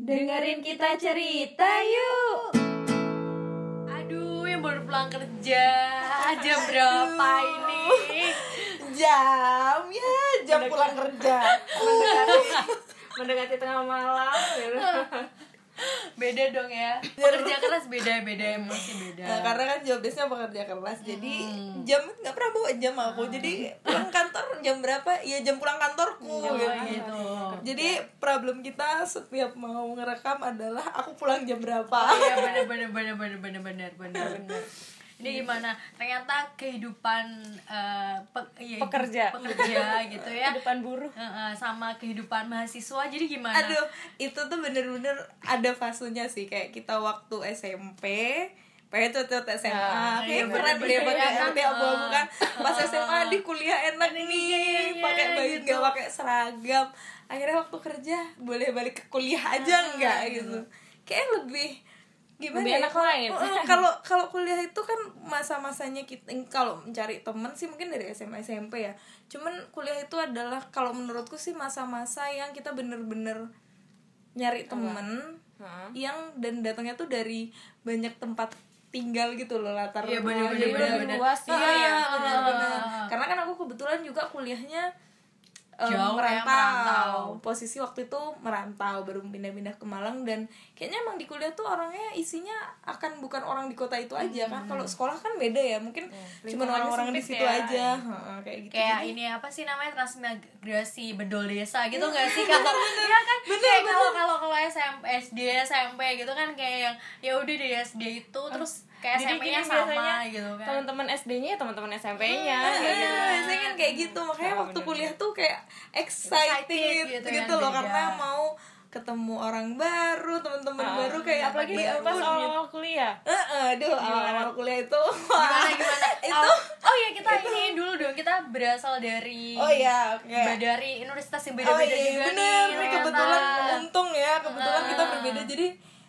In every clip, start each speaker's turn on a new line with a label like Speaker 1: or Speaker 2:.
Speaker 1: Dengerin kita cerita yuk.
Speaker 2: Aduh, yang baru pulang kerja. Jam berapa ini?
Speaker 1: Jam pulang kerja. Mendekati tengah malam.
Speaker 2: Beda dong ya. Pekerja keras beda emosi beda.
Speaker 1: Nah, karena kan job desk-nya pekerja keras, jadi jam nggak pernah bawa jam aku. Jadi pulang kantor jam berapa? Ya jam pulang kantorku
Speaker 2: gitu.
Speaker 1: Jadi problem kita setiap mau ngerekam adalah aku pulang jam berapa.
Speaker 2: Iya benar. Ini gimana? Ternyata kehidupan
Speaker 3: pekerja
Speaker 2: gitu ya.
Speaker 3: Kehidupan buruh
Speaker 2: sama kehidupan mahasiswa. Jadi gimana?
Speaker 1: Aduh, itu tuh bener-bener ada fasenya sih. Kayak kita waktu SMP, itu SMA, kayak keren deh pakai LT abu-abu kan. Pas SMA di kuliah enak nih, pakai baju nggak pakai seragam. Akhirnya waktu kerja boleh balik ke kuliah aja nggak gitu. Kayak lebih gimana
Speaker 3: lebih
Speaker 1: ya?
Speaker 3: enak lain.
Speaker 1: Kalau kuliah itu kan masa-masanya kita kalau mencari teman sih mungkin dari SMA SMP ya. Cuman kuliah itu adalah kalau menurutku sih masa-masa yang kita bener-bener nyari temen yang dan datangnya tuh dari banyak tempat tinggal gitu loh, latar
Speaker 2: bener.
Speaker 3: luas sih.
Speaker 1: Bener. Karena kan aku kebetulan juga kuliahnya
Speaker 2: jauh merantau.
Speaker 1: Posisi waktu itu merantau, baru pindah-pindah ke Malang. Dan kayaknya emang di kuliah tuh orangnya isinya akan bukan orang di kota itu aja kan. Kalau sekolah kan beda ya, mungkin cuma orang-orang di situ
Speaker 3: ya.
Speaker 1: aja. Kayak gitu.
Speaker 2: Kayak ini apa sih namanya, transmigrasi bedol desa gitu nggak sih? Kalau ya kan kayak kalau SMP gitu kan kayak yang ya udah di SD itu terus kayak SMP-nya sama gitu kan.
Speaker 3: Teman-teman SD-nya ya teman-teman SMP-nya gitu.
Speaker 1: Biasanya kan kayak gitu. Makanya waktu kuliah tuh kayak excited gitu loh, karena mau ketemu orang baru, teman-teman baru, kayak
Speaker 3: apalagi pas awal kuliah.
Speaker 1: Awal kuliah itu
Speaker 2: gimana?
Speaker 1: itu
Speaker 2: kita ini dulu dong, kita berasal dari dari universitas yang beda-beda juga
Speaker 1: bener.
Speaker 2: nih.
Speaker 1: Kebetulan untung ya, kita berbeda. Jadi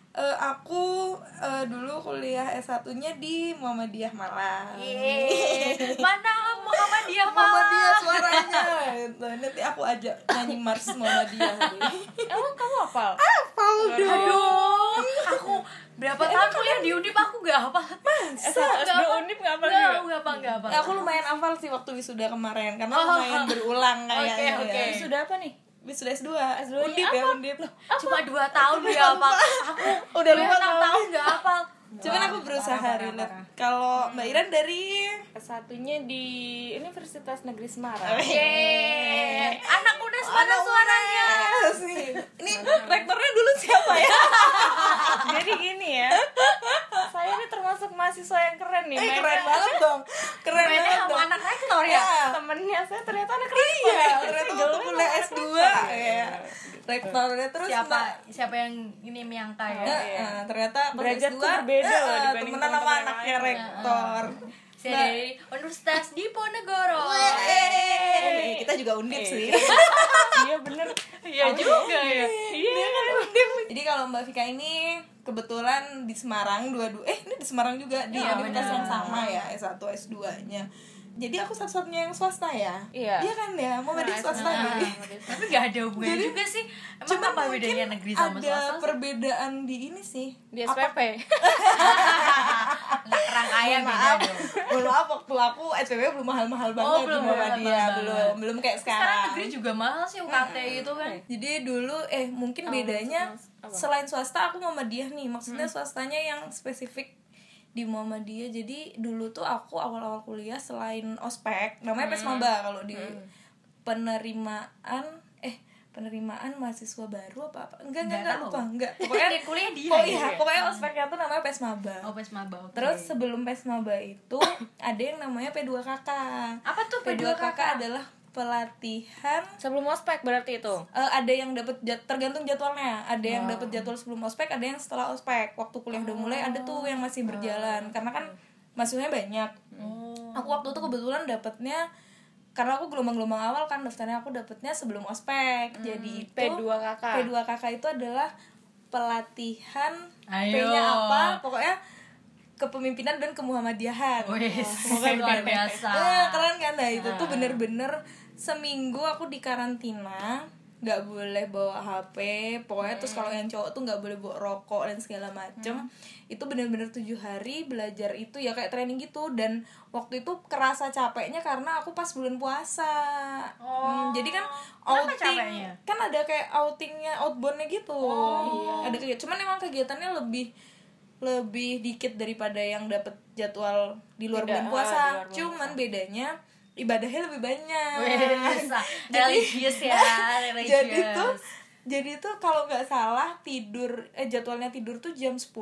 Speaker 1: aku dulu kuliah S1-nya di Muhammadiyah Malang.
Speaker 2: Mana Muhammadiyah
Speaker 1: suaranya gitu. Nanti aku ajak nyanyi Mars Muhammadiyah.
Speaker 3: Emang kamu hafal?
Speaker 1: Hafal dong.
Speaker 2: Aduh, aku berapa tahun kuliah di Undip aku gak hafal.
Speaker 3: S2 Undip gak hafal juga?
Speaker 2: Gak hafal.
Speaker 1: Aku lumayan hafal sih waktu wisuda kemarin, karena lumayan berulang kayaknya.
Speaker 2: Oke.
Speaker 3: Sudah apa nih?
Speaker 1: Wisuda S2
Speaker 3: S2-nya
Speaker 1: Undip.
Speaker 2: Cuma 2 tahun dia hafal. Aku
Speaker 1: Udah lupa
Speaker 2: 6 tahun gak hafal.
Speaker 1: Cuman aku berusaha relate. Kalau Mbak Iran dari
Speaker 3: S1-nya di Universitas Negeri Semarang.
Speaker 2: Anak muda mana suaranya?
Speaker 1: Ini rektornya dulu siapa ya?
Speaker 3: Jadi gini ya, saya ini termasuk mahasiswa yang keren nih.
Speaker 1: Keren banget dong.
Speaker 2: Mainnya sama anak rektor ya?
Speaker 3: Temennya saya ternyata anak rektor.
Speaker 1: Iya, ternyata waktu kuliah S2 ya. Rektornya terus
Speaker 2: siapa yang ini menyangka ya?
Speaker 1: Ternyata pas
Speaker 3: derajat
Speaker 1: S2
Speaker 3: beda loh dibanding
Speaker 1: temenan sama anaknya rektor.
Speaker 2: Saya dari Universitas Diponegoro.
Speaker 1: Kita juga Undip sih.
Speaker 3: Iya bener. Iya juga ya. Iya kan
Speaker 1: Undip. Jadi kalau Mbak Vika ini kebetulan di Semarang ini di Semarang juga di universitas yang sama ya, S1 S2-nya. Jadi aku satu-satunya yang swasta ya.
Speaker 3: Iya
Speaker 1: kan ya, mau medik swasta nih.
Speaker 2: Tapi gak ada hubungannya juga sih. Emang apa bedanya negeri sama swasta?
Speaker 1: Ada perbedaan di ini sih.
Speaker 3: Di SPP.
Speaker 2: Rangkaian
Speaker 1: Mohon maaf, waktu aku SPP belum mahal-mahal banget di Muhammadiyah, belum kayak sekarang.
Speaker 2: Sekarang negeri juga mahal sih UKT gitu kan.
Speaker 1: Jadi dulu mungkin bedanya selain swasta aku Muhammadiyah nih, maksudnya swastanya yang spesifik di Muhammadiyah. Jadi dulu tuh aku awal-awal kuliah selain ospek, namanya Pesmaba kalau di penerimaan mahasiswa baru apa enggak pokoknya
Speaker 2: kuliah dia
Speaker 1: pokoknya ospeknya tuh namanya Pesmaba.
Speaker 2: Pesmaba. Okay.
Speaker 1: Terus sebelum Pesmaba itu ada yang namanya P2KK.
Speaker 2: Apa tuh
Speaker 1: P2KK? Adalah pelatihan
Speaker 3: sebelum ospek berarti itu.
Speaker 1: Ada yang dapat tergantung jadwalnya. Ada yang dapat jadwal sebelum ospek, ada yang setelah ospek. Waktu kuliah udah mulai ada tuh yang masih berjalan karena kan mahasiswanya banyak. Aku waktu itu kebetulan dapatnya karena aku gelombang-gelombang awal kan daftarnya, aku dapatnya sebelum ospek. Jadi itu P2KK itu adalah pelatihan P-nya apa? Pokoknya kepemimpinan dan kemuhammadiyahan.
Speaker 2: Luar biasa.
Speaker 1: Keren kan? Nah itu tuh bener-bener seminggu aku di karantina nggak boleh bawa HP pokoknya. Terus kalau yang cowok tuh nggak boleh bawa rokok dan segala macem. Itu benar-benar 7 hari belajar itu ya kayak training gitu. Dan waktu itu kerasa capeknya karena aku pas bulan puasa. Jadi kan
Speaker 2: Kenapa
Speaker 1: outing
Speaker 2: capeknya?
Speaker 1: kan ada kayak outingnya outboundnya gitu. Ada kayak cuman emang kegiatannya lebih dikit daripada yang dapat jadwal di luar bulan puasa. Cuman bedanya ibadahnya lebih banyak.
Speaker 2: Religius ya, religius.
Speaker 1: Jadi tuh kalau nggak salah jadwalnya tidur tuh jam 10.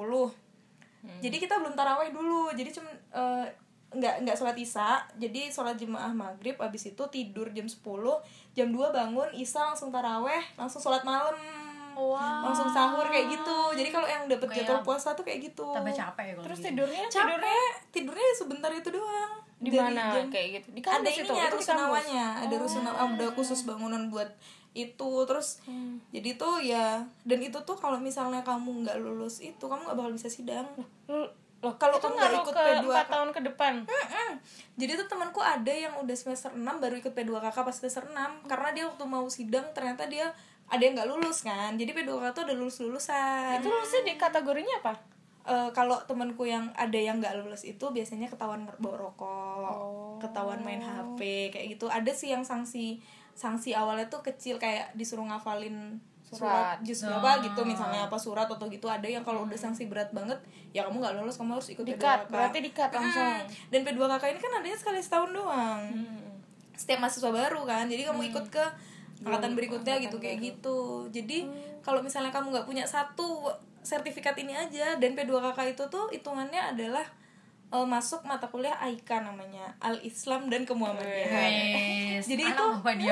Speaker 1: Jadi kita belum taraweh dulu. Jadi cuma nggak sholat isya. Jadi sholat jemaah maghrib, abis itu tidur jam 10, jam 2 bangun isya langsung taraweh, langsung sholat malam. Langsung sahur kayak gitu. Jadi kalau yang dapet jadwal puasa tuh kayak gitu.
Speaker 2: Tambah capek ya kalau
Speaker 3: Terus
Speaker 2: gitu.
Speaker 1: tidurnya sebentar itu doang.
Speaker 3: Di
Speaker 1: Dari
Speaker 3: mana
Speaker 1: jam-
Speaker 3: kayak gitu? Di
Speaker 1: ada
Speaker 3: kampus itu
Speaker 1: ininya
Speaker 3: di
Speaker 1: rusunawanya, ada rusunawa, ada khusus bangunan buat itu. Terus jadi tuh ya, dan itu tuh kalau misalnya kamu nggak lulus itu kamu nggak bakal bisa sidang.
Speaker 3: Loh,
Speaker 1: Kalau
Speaker 3: itu
Speaker 1: kamu nggak
Speaker 3: ngaruh
Speaker 1: ikut
Speaker 3: ke
Speaker 1: P2
Speaker 3: 4 tahun ke depan.
Speaker 1: Jadi tuh temanku ada yang udah semester 6 baru ikut P2KK pas semester 6 karena dia waktu mau sidang ternyata dia ada yang nggak lulus kan. Jadi P2KK tuh ada lulusan.
Speaker 3: Itu lulusnya di kategorinya apa?
Speaker 1: Kalau temanku yang ada yang nggak lulus itu biasanya ketahuan bawa rokok, ketahuan main HP kayak gitu. Ada sih yang sanksi awalnya tuh kecil kayak disuruh ngafalin surat juz berapa gitu misalnya, apa surat atau gitu. Ada yang kalau udah sanksi berat banget ya kamu nggak lulus kamu harus ikut
Speaker 3: Di-cut,
Speaker 1: P2KK.
Speaker 3: berarti di-cut langsung.
Speaker 1: Dan P2KK ini kan adanya sekali setahun doang. Setiap mahasiswa baru kan, jadi kamu ikut ke angkatan berikutnya gitu kayak gitu. Jadi kalau misalnya kamu nggak punya satu sertifikat ini aja, dan P2KK itu tuh hitungannya adalah masuk mata kuliah AIKA namanya, Al-Islam dan Kemuhamadiyahan. Jadi itu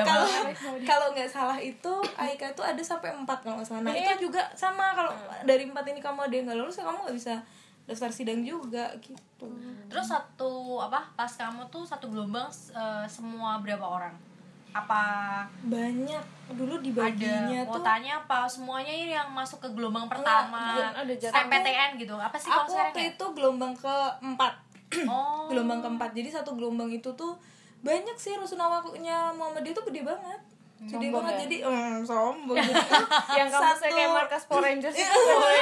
Speaker 1: kalau nggak salah itu AIKA itu ada sampai 4 kalau nggak salah. Nah itu juga sama, kalau dari 4 ini kamu ada yang nggak lulus ya kamu nggak bisa daftar sidang juga gitu.
Speaker 2: Terus pas kamu tuh satu gelombang semua berapa orang? Apa
Speaker 1: Banyak dulu dibaginya
Speaker 2: ada
Speaker 1: tuh.
Speaker 2: kuotanya apa semuanya ini yang masuk ke gelombang pertama?
Speaker 3: ada jatah.
Speaker 2: SNMPTN gitu. Apa sih kalau
Speaker 1: Aku waktu itu gelombang keempat. Gelombang keempat. Jadi satu gelombang itu tuh banyak sih. Rusunawanya Muhammadiyah tuh gede banget. Gede banget
Speaker 3: ya?
Speaker 1: jadi sombong. Jadi
Speaker 3: Yang kampusnya kayak markas Power Rangers itu.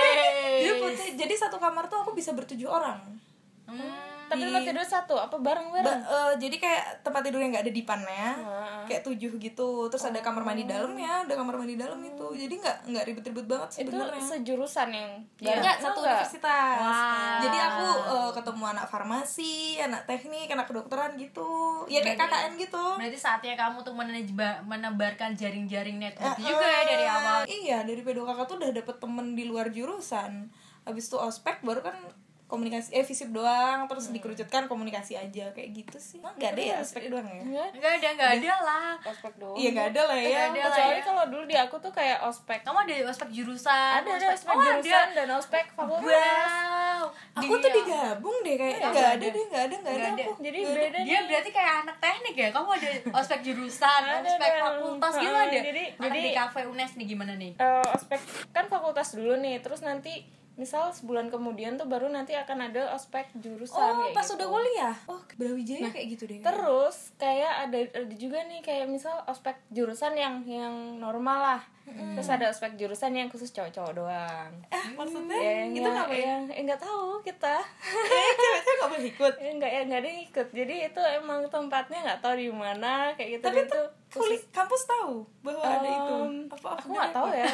Speaker 1: jadi satu kamar tuh aku bisa ber7 orang.
Speaker 3: Tapi lo tidur satu apa bareng-bareng?
Speaker 1: Jadi kayak tempat tidurnya nggak ada dipannya, kayak 7 gitu. Terus ada kamar mandi dalamnya, ada kamar mandi dalam itu. Jadi nggak ribet-ribet banget sebenarnya.
Speaker 3: Itu sejurusan yang
Speaker 1: Enggak, satu universitas. Jadi aku ketemu anak farmasi, anak teknik, anak kedokteran gitu. Ya kayak KKN gitu.
Speaker 2: Berarti saatnya kamu tuh menebarkan jaring-jaring network juga ya dari awal.
Speaker 1: Iya, dari P2KK tuh udah dapet temen di luar jurusan. Habis itu ospek baru kan komunikasi visip doang, terus dikerucutkan komunikasi aja kayak gitu sih. Nggak ada ya ospek doang ya?
Speaker 2: Enggak ada lah.
Speaker 3: ospek doang.
Speaker 1: Iya nggak ada lah ya.
Speaker 3: Kecuali kalau dulu di aku tuh kayak ospek.
Speaker 2: Kamu ada ospek jurusan?
Speaker 3: Ada ospek jurusan dan ospek fakultas.
Speaker 2: Wow.
Speaker 1: Aku tuh digabung deh kayak nggak ada aku.
Speaker 3: Jadi beda
Speaker 2: Dia berarti kayak anak teknik ya. Kamu ada ospek jurusan, ospek fakultas gitu ada.
Speaker 3: Jadi
Speaker 2: di kafe UNES nih gimana nih?
Speaker 3: Ospek kan fakultas dulu nih, terus nanti misal sebulan kemudian tuh baru nanti akan ada ospek jurusan kayak
Speaker 1: Pas
Speaker 3: gitu.
Speaker 1: udah kuliah. Brawijaya kayak gitu deh.
Speaker 3: Terus kayak ada juga nih kayak misal ospek jurusan yang normal lah. Terus ada ospek jurusan yang khusus cowok-cowok doang.
Speaker 1: Maksudnya
Speaker 3: Yang
Speaker 1: itu ngapain?
Speaker 3: nggak tahu kita.
Speaker 1: Cewek-cewek nggak boleh ikut.
Speaker 3: nggak ada yang ikut. Jadi itu emang tempatnya nggak tahu di mana kayak gitu.
Speaker 1: Tapi
Speaker 3: itu
Speaker 1: kampus tahu bahwa ada itu.
Speaker 3: Aku nggak tahu ya.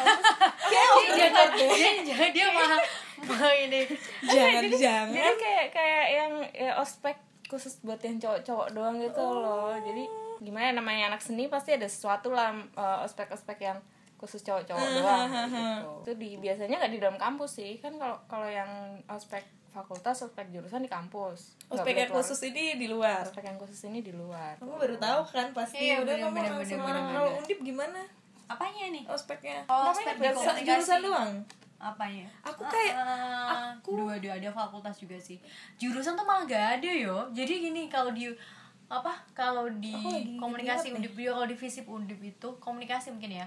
Speaker 2: Dia mah ini.
Speaker 1: Jangan.
Speaker 3: Jadi kayak yang ospek khusus buat yang cowok-cowok doang gitu loh. Jadi gimana namanya anak seni pasti ada sesuatu lah ospek-ospek yang khusus cowok-cowok doang gitu. Itu biasanya nggak di dalam kampus sih. Kan kalau yang ospek fakultas, ospek jurusan di kampus.
Speaker 1: Ospek yang khusus ini di luar.
Speaker 3: Ospek yang khusus ini di luar.
Speaker 1: Kamu baru tahu kan pasti.
Speaker 2: Iya,
Speaker 1: Udah kamu
Speaker 2: bener,
Speaker 1: langsung
Speaker 2: bener.
Speaker 1: Kalau Undip gimana?
Speaker 2: Apanya nih?
Speaker 1: Ospeknya.
Speaker 2: Ospek di komunikasi.
Speaker 1: Jurusan doang.
Speaker 2: Apanya?
Speaker 1: Aku kayak
Speaker 2: dua ada fakultas juga sih. Jurusan tuh malah gak ada yo. Jadi gini kalau di komunikasi Undip, kalau di visip Undip itu komunikasi mungkin ya.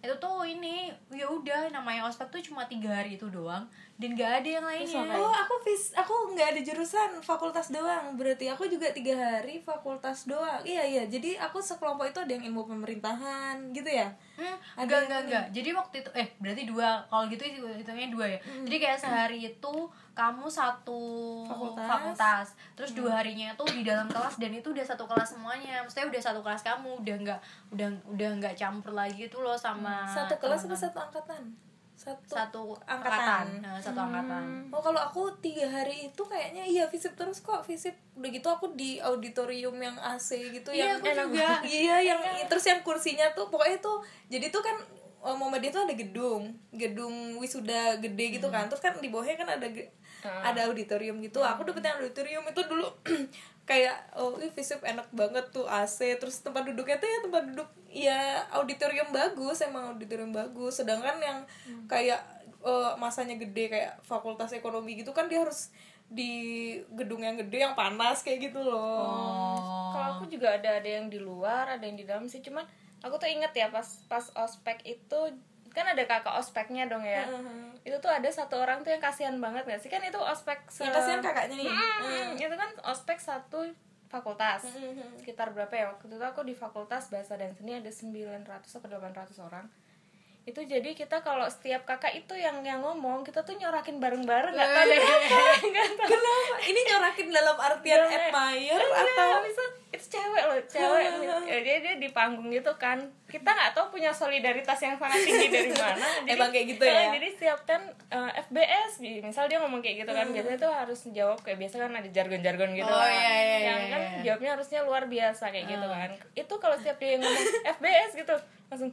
Speaker 2: itu tuh ini ya udah namanya ospek tuh cuma 3 hari itu doang dan gak ada yang lainnya.
Speaker 1: Oh, aku nggak ada jurusan, fakultas doang. Berarti aku juga 3 hari fakultas doang. Iya. Jadi aku sekelompok itu ada yang ilmu pemerintahan gitu ya.
Speaker 2: Enggak. Jadi waktu itu berarti 2. Kalau gitu hitungnya 2 ya. Jadi kayak sehari itu kamu satu fakultas. Terus 2 harinya itu di dalam kelas dan itu udah satu kelas semuanya. Maksudnya udah satu kelas kamu, udah enggak campur lagi itu loh sama
Speaker 1: satu kelas apa satu angkatan?
Speaker 2: Satu angkatan. Satu angkatan.
Speaker 1: Oh, kalau aku 3 hari itu kayaknya iya visip terus kok. Visip udah gitu aku di auditorium yang AC gitu.
Speaker 2: Iya,
Speaker 1: yang
Speaker 2: aku juga.
Speaker 1: Iya, yang terus yang kursinya tuh pokoknya tuh jadi tuh kan Muhammadiyah tuh ada gedung wisuda gede gitu kan. Terus kan di bawahnya kan ada auditorium gitu. Aku dapet yang auditorium itu dulu kayak visip enak banget tuh AC, terus tempat duduknya tuh ya tempat duduk ya auditorium bagus, emang auditorium bagus. Sedangkan yang kayak masanya gede kayak fakultas ekonomi gitu kan dia harus di gedung yang gede yang panas kayak gitu loh.
Speaker 3: Kalau aku juga ada yang di luar, ada yang di dalam sih. Cuman aku tuh inget ya pas ospek itu kan ada kakak ospeknya dong ya. Itu tuh ada satu orang tuh yang kasihan banget gak sih, kan itu ospek
Speaker 1: Yang kasihan kakaknya nih.
Speaker 3: Itu kan ospek satu fakultas. Sekitar berapa ya waktu itu aku di fakultas bahasa dan seni ada 900 atau 800 orang. Itu jadi kita kalau setiap kakak itu yang ngomong, kita tuh nyorakin bareng-bareng. Gak tau deh
Speaker 1: Kenapa? Ini nyorakin dalam artian admire atau
Speaker 3: itu cewek ya, dia di panggung gitu kan, kita nggak tahu punya solidaritas yang sangat tinggi dari mana. Jadi,
Speaker 1: emang kayak gitu ya.
Speaker 3: Jadi setiap kan FBS misal dia ngomong kayak gitu kan, biasanya tuh harus jawab kayak biasa kan, ada jargon gitu yang kan jawabnya harusnya luar biasa kayak gitu kan. Itu kalau setiap dia ngomong FBS gitu langsung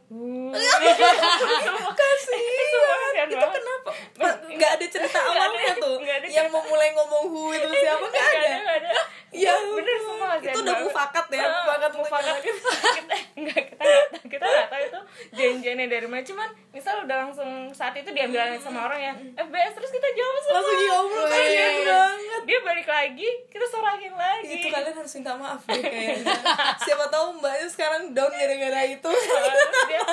Speaker 1: kasihan. Itu kenapa? Nggak ada cerita awalnya tuh yang memulai ngomong itu siapa? Nggak ada. Ya
Speaker 3: bener semua
Speaker 1: itu udah mufakat ya,
Speaker 3: mufakat kita nggak tahu itu janjiannya dari mana. Cuman misal udah langsung saat itu diambil sama orang ya FBS, terus kita jawab semua
Speaker 1: langsung jawab. Kasihan banget.
Speaker 3: Dia balik lagi, kita sorakin lagi.
Speaker 1: Itu kalian harus minta maaf deh kayaknya. Siapa tahu mbaknya sekarang down gara-gara itu.
Speaker 3: Dia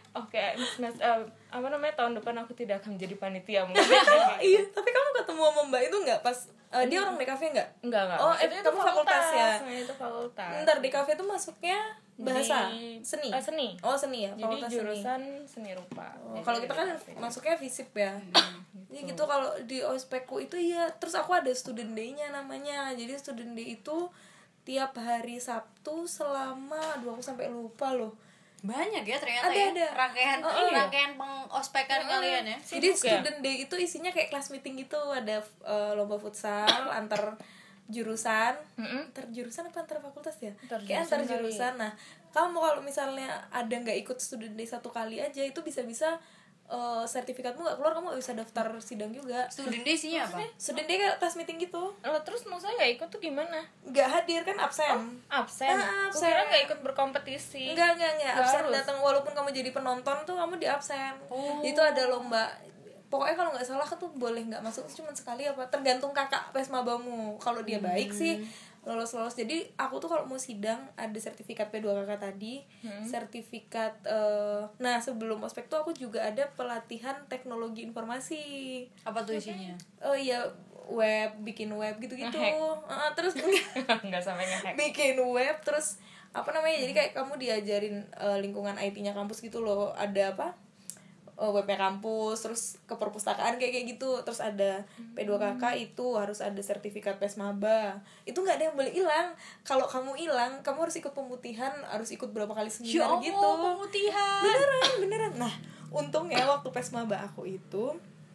Speaker 3: tahun depan aku tidak akan menjadi panitia mungkin.
Speaker 1: Iya, tapi kamu ketemu sama mbak itu nggak pas dia orang di kafe nggak?
Speaker 3: Enggak.
Speaker 1: Oh, itu kamu fakultas ya?
Speaker 3: Itu fakultas.
Speaker 1: Ntar di kafe tuh masuknya bahasa seni.
Speaker 3: Seni.
Speaker 1: Oh, seni ya.
Speaker 3: Jadi jurusan seni rupa.
Speaker 1: Kalau kita kan masuknya visip ya. Jadi gitu kalau di ospekku itu ya. Terus aku ada student day-nya namanya. Jadi student day itu tiap hari Sabtu selama aku sampai lupa loh.
Speaker 2: Banyak ya ternyata
Speaker 1: ada.
Speaker 2: rangkaian pengospekan kalian ya.
Speaker 1: Jadi student day itu isinya kayak kelas meeting gitu, ada lomba futsal antar jurusan, antar jurusan apa antar fakultas ya? Kayak antar jurusan. Nah, kamu kalau misalnya ada nggak ikut student day 1 kali aja itu bisa-bisa sertifikatmu nggak keluar, kamu nggak bisa daftar sidang juga.
Speaker 2: Student day isinya apa?
Speaker 1: Student day kayak kelas meeting gitu.
Speaker 3: Terus maksudnya nggak ikut tuh gimana?
Speaker 1: Nggak hadir kan, absen.
Speaker 3: Absen.
Speaker 1: Absen.
Speaker 3: Kira nggak ikut berkompetisi.
Speaker 1: Enggak absen datang, walaupun kamu jadi penonton tuh kamu di absen. Itu ada lomba. Pokoknya kalau nggak salah tuh boleh nggak masuk cuma sekali apa, tergantung kakak pesmabamu. Kalau dia baik sih lolos. Jadi aku tuh kalau mau sidang ada sertifikat P2KK tadi, sertifikat nah sebelum ospek tuh aku juga ada pelatihan teknologi informasi.
Speaker 2: Apa tuh isinya?
Speaker 1: Oh iya, bikin web gitu-gitu. Terus
Speaker 3: nggak sampai nge-hack.
Speaker 1: Bikin web terus apa namanya? Jadi kayak kamu diajarin lingkungan IT-nya kampus gitu loh. Ada apa? Webnya kampus, terus ke perpustakaan kayak gitu. Terus ada P2KK itu harus ada sertifikat Pesmaba. Itu nggak ada yang boleh hilang. Kalau kamu hilang, kamu harus ikut pemutihan, harus ikut berapa kali seminar gitu.
Speaker 2: Pemutihan.
Speaker 1: Beneran. Nah, untungnya waktu Pesmaba aku itu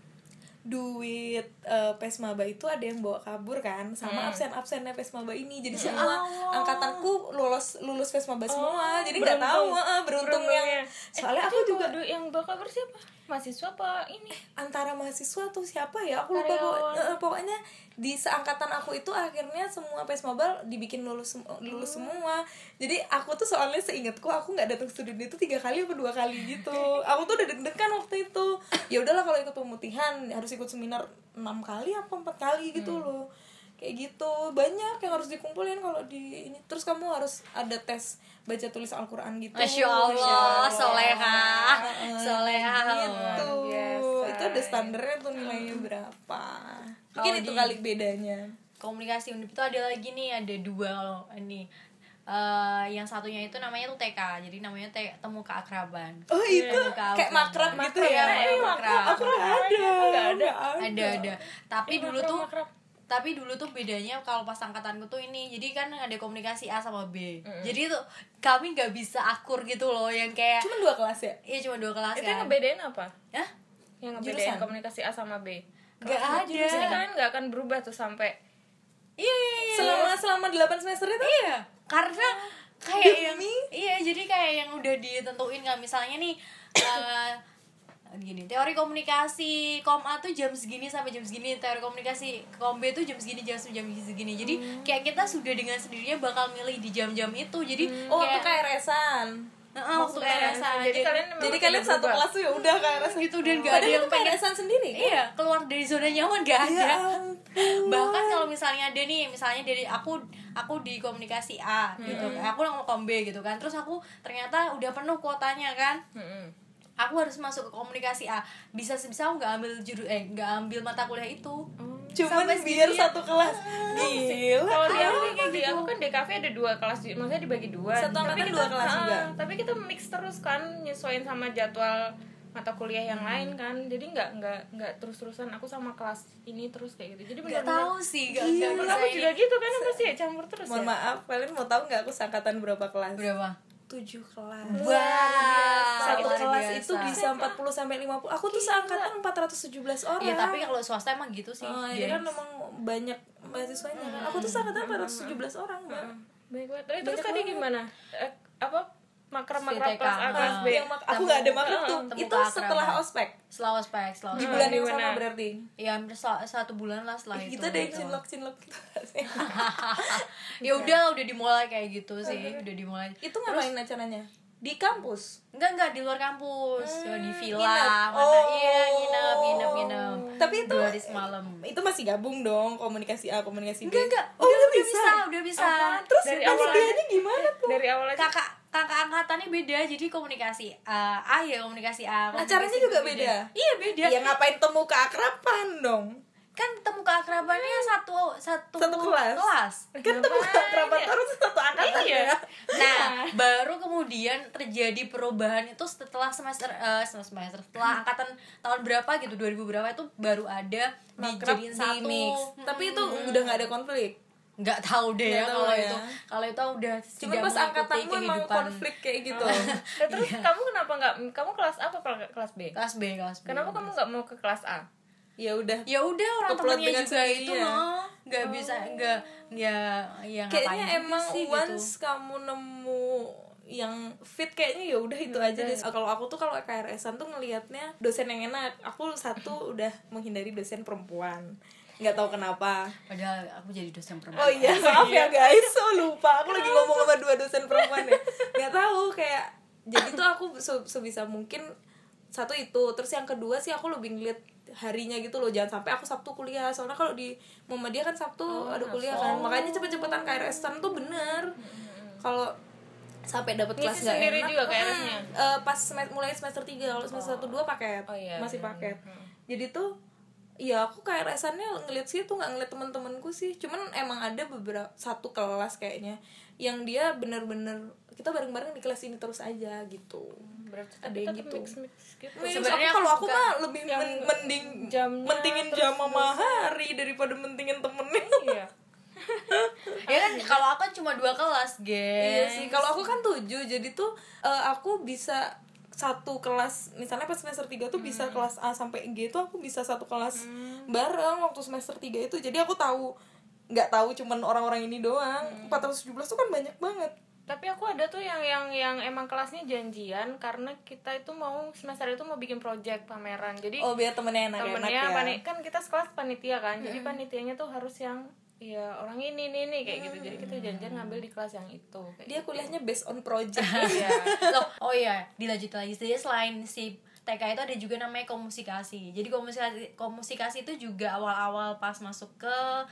Speaker 1: duit Pesmaba itu ada yang bawa kabur kan sama absennya Pesmaba ini. Jadi semua angkatanku lulus Pesmaba semua. Jadi nggak tahu beruntung yang soalnya aku juga
Speaker 3: yang bawa kabur siapa? Mahasiswa apa ini?
Speaker 1: Antara mahasiswa tuh siapa ya? Aku lupa pokoknya di seangkatan aku itu akhirnya semua Pesmaba dibikin lulus semua. Jadi aku tuh soalnya seingatku aku nggak datang studi itu 3 kali apa 2 kali gitu. Aku tuh udah deg-degan waktu itu. Ya udahlah kalau ikut pemutihan harus ikut seminar 6 kali apa 4 kali gitu loh. kayak gitu. Banyak yang harus dikumpulin kalau di ini. Terus kamu harus ada tes baca tulis Al-Qur'an gitu.
Speaker 2: Masya Allah, solehah
Speaker 1: gitu.
Speaker 3: biasa.
Speaker 1: Itu ada standarnya tuh nilainya berapa. Mungkin itu kali bedanya.
Speaker 2: Komunikasi Undip itu ada lagi nih, ada 2 kalau ini. Yang satunya itu namanya tuh TK, jadi namanya temu keakraban.
Speaker 1: Oh itu kayak makrab gitu ya?
Speaker 2: Makrab.
Speaker 1: Aku nggak ada.
Speaker 2: Ada. Tapi dulu tuh bedanya kalau pas angkatanku tuh ini, jadi kan ada komunikasi A sama B. Jadi tuh kami nggak bisa akur gitu loh, yang kayak
Speaker 1: Cuma 2 kelas ya?
Speaker 2: Iya cuma 2 kelas
Speaker 3: Itu
Speaker 2: ya.
Speaker 3: yang ngebedain apa?
Speaker 2: Hah?
Speaker 3: Yang ngebedain
Speaker 1: Jurusan?
Speaker 3: komunikasi A sama B.
Speaker 2: Nggak ada.
Speaker 3: Jurusan kan nggak akan berubah tuh sampai
Speaker 2: Iya.
Speaker 1: Selama 8 semester itu?
Speaker 2: Iya, karena kayak yang jadi kayak yang udah ditentuin kan, misalnya nih gini, teori komunikasi kom A tuh jam segini sampai jam segini, teori komunikasi kom B tuh jam segini segini. Jadi kayak kita sudah dengan sendirinya bakal milih di jam-jam itu. Jadi
Speaker 1: Waktu KRS-an.
Speaker 2: waktu KRS-an.
Speaker 1: Jadi kalian satu kelas tuh ya udah KRS-an
Speaker 2: gitu, dan gak ada
Speaker 1: Padahal
Speaker 2: yang
Speaker 1: itu KRS-an sendiri kan?
Speaker 2: Iya, keluar dari zona nyaman gak ada.
Speaker 1: Ya ampun.
Speaker 2: Bahkan kalau misalnya ada nih, misalnya dari aku di komunikasi A gitu, aku mau kom B gitu kan, terus aku ternyata udah penuh kuotanya kan, aku harus masuk ke komunikasi A, bisa aku nggak ambil mata kuliah itu.
Speaker 1: Cuman
Speaker 2: Sampai
Speaker 1: biar
Speaker 2: segini.
Speaker 1: satu kelas. Gila.
Speaker 3: kalau di aku kayak di aku kan DKV ada 2 kelas, maksudnya dibagi 2.
Speaker 1: Satu angkatan 2 kelas juga.
Speaker 3: Tapi kita mix terus kan, nyesuaiin sama jadwal mata kuliah yang lain kan. Jadi nggak terus-terusan aku sama kelas ini terus kayak gitu. Jadi
Speaker 2: Gak
Speaker 3: benar-benar
Speaker 2: tahu sih, gak
Speaker 3: Iya,
Speaker 2: bisa
Speaker 3: aku
Speaker 2: ini.
Speaker 3: juga gitu kan, apa sih ya campur terus
Speaker 1: Mohon
Speaker 3: ya.
Speaker 1: maaf, kalian mau tahu nggak aku seangkatan berapa kelas?
Speaker 2: Berapa?
Speaker 1: 7 kelas.
Speaker 2: Wah,
Speaker 1: Satu
Speaker 2: luar
Speaker 1: kelas
Speaker 2: biasa.
Speaker 1: itu bisa 40 sampai 50. Aku tuh seangkatan 417 orang.
Speaker 2: Iya, tapi kalau swasta emang gitu sih.
Speaker 1: ini kan memang banyak mahasiswanya kan. Aku tuh seangkatan 417 orang, Mbak.
Speaker 3: Baik banget. Terus
Speaker 1: Banyak
Speaker 3: tadi
Speaker 1: banget.
Speaker 3: gimana? Apa makrab
Speaker 2: TK.
Speaker 3: kelas A kelas B?
Speaker 1: Aku nggak ada makrab tuh.
Speaker 2: Temu
Speaker 1: Itu
Speaker 2: keakraban.
Speaker 1: setelah ospek.
Speaker 2: Setelah ospek.
Speaker 1: Di bulan yang
Speaker 3: Gimana?
Speaker 1: sama berarti.
Speaker 2: Ya hampir 1 bulan lah setelah itu.
Speaker 1: Kita ada yang
Speaker 2: gitu.
Speaker 1: cinlok gitu.
Speaker 2: Ya udah dimulai kayak gitu sih, udah dimulai.
Speaker 1: Itu ngapain acaranya? Di kampus.
Speaker 2: Enggak di luar kampus, di villa
Speaker 1: nginep.
Speaker 2: mana iya nginep.
Speaker 1: Tapi itu
Speaker 2: 2 hari semalam.
Speaker 1: Itu masih gabung dong komunikasi A, komunikasi B.
Speaker 2: Enggak.
Speaker 1: Oh,
Speaker 2: Udah
Speaker 1: bisa.
Speaker 2: bisa.
Speaker 1: Terus
Speaker 3: Dari
Speaker 1: panitianya gimana tuh?
Speaker 3: Dari awal aja
Speaker 2: Kakak angkatannya beda, jadi komunikasi A ya komunikasi A. komunikasi
Speaker 1: Acaranya
Speaker 2: B
Speaker 1: juga beda?
Speaker 2: Iya beda.
Speaker 1: Ya ngapain temu keakraban dong?
Speaker 2: Kan temu keakrabannya satu
Speaker 1: kelas. Kan temu keakraban harus satu angkatan ya.
Speaker 2: Nah, baru kemudian terjadi perubahan itu setelah setelah angkatan tahun berapa gitu, 2000 berapa itu baru ada dijadiin satu.
Speaker 1: mix. Tapi itu udah nggak ada konflik.
Speaker 2: Nggak tahu deh ya
Speaker 1: Nggak tahu
Speaker 2: kalau
Speaker 1: ya.
Speaker 2: itu udah
Speaker 1: Cuma
Speaker 2: tidak
Speaker 1: pas
Speaker 2: mengikuti
Speaker 1: angkatanmu emang
Speaker 2: kehidupan.
Speaker 1: konflik kayak gitu.
Speaker 3: Terus kamu kenapa nggak? Kamu kelas A apa kelas B?
Speaker 2: Kelas B.
Speaker 3: Kenapa kamu nggak mau ke kelas A?
Speaker 1: Ya udah.
Speaker 2: Ya udah, orang
Speaker 1: Keplot
Speaker 2: temennya
Speaker 1: dengan
Speaker 2: juga
Speaker 1: sendirinya.
Speaker 2: itu loh, nggak bisa nggak ya
Speaker 1: Kayaknya
Speaker 2: ngapain
Speaker 1: emang
Speaker 2: sih
Speaker 1: once
Speaker 2: gitu.
Speaker 1: kamu nemu yang fit kayaknya ya udah itu aja deh. Kalau aku tuh kalau KRS-an tuh ngelihatnya dosen yang enak. Aku satu udah menghindari dosen perempuan. Nggak tahu kenapa.
Speaker 2: Padahal aku jadi dosen perempuan.
Speaker 1: Oh iya, maaf ya guys. Lupa. Aku lagi ngomong sama 2 dosen perempuan ya. Nggak tahu kayak jadi tuh aku sebisa mungkin satu itu. Terus yang kedua sih aku lebih ngeliat harinya gitu loh, jangan sampai aku Sabtu kuliah, soalnya kalau di Muhammadiyah kan Sabtu ada kuliah kan, makanya cepet-cepetan KRS-an tuh bener. Kalau sampai dapat kelas
Speaker 3: Ngisi
Speaker 1: nggak
Speaker 3: sendiri
Speaker 1: enak
Speaker 3: juga KRS-nya?
Speaker 1: pas mulai semester 3, kalau semester 1 2 paket.
Speaker 3: Oh, iya,
Speaker 1: masih
Speaker 3: bener.
Speaker 1: paket. Jadi tuh ya aku KRS-annya ngeliat sih tuh, nggak ngeliat teman-temanku sih, cuman emang ada beberapa satu kelas kayaknya yang dia bener-bener kita bareng-bareng di kelas ini terus aja gitu.
Speaker 3: Berarti
Speaker 1: Ada yang gitu.
Speaker 3: mix gitu.
Speaker 2: Sebenarnya
Speaker 1: kalau aku
Speaker 2: bukan
Speaker 1: mah lebih
Speaker 3: yang
Speaker 1: mending
Speaker 3: jamnya,
Speaker 1: mentingin
Speaker 3: terus
Speaker 1: jam sama hari daripada mentingin temennya.
Speaker 3: Iya.
Speaker 2: Ya kan kalau aku kan cuma 2 kelas,
Speaker 1: Iya
Speaker 2: guys.
Speaker 1: sih, kalau aku kan 7, jadi tuh aku bisa satu kelas, misalnya pas semester 3 tuh bisa kelas A sampai G tuh aku bisa satu kelas bareng waktu semester 3 itu. Jadi aku nggak tahu cuman orang-orang ini doang. 417 tuh kan banyak banget.
Speaker 3: Tapi aku ada tuh yang emang kelasnya janjian karena kita itu mau semester itu mau bikin project pameran. Jadi
Speaker 1: Oh, biar temennya enak-enak ya.
Speaker 3: kan kita sekelas panitia kan. Jadi panitianya tuh harus yang ya orang ini kayak gitu. Jadi kita janjian ngambil di kelas yang itu kayak
Speaker 1: Dia kuliahnya based on project.
Speaker 3: Iya.
Speaker 2: Loh, oh iya, dilanjut lagi. Jadi selain si TK itu ada juga namanya komunikasi. Jadi komunikasi itu juga awal-awal pas masuk ke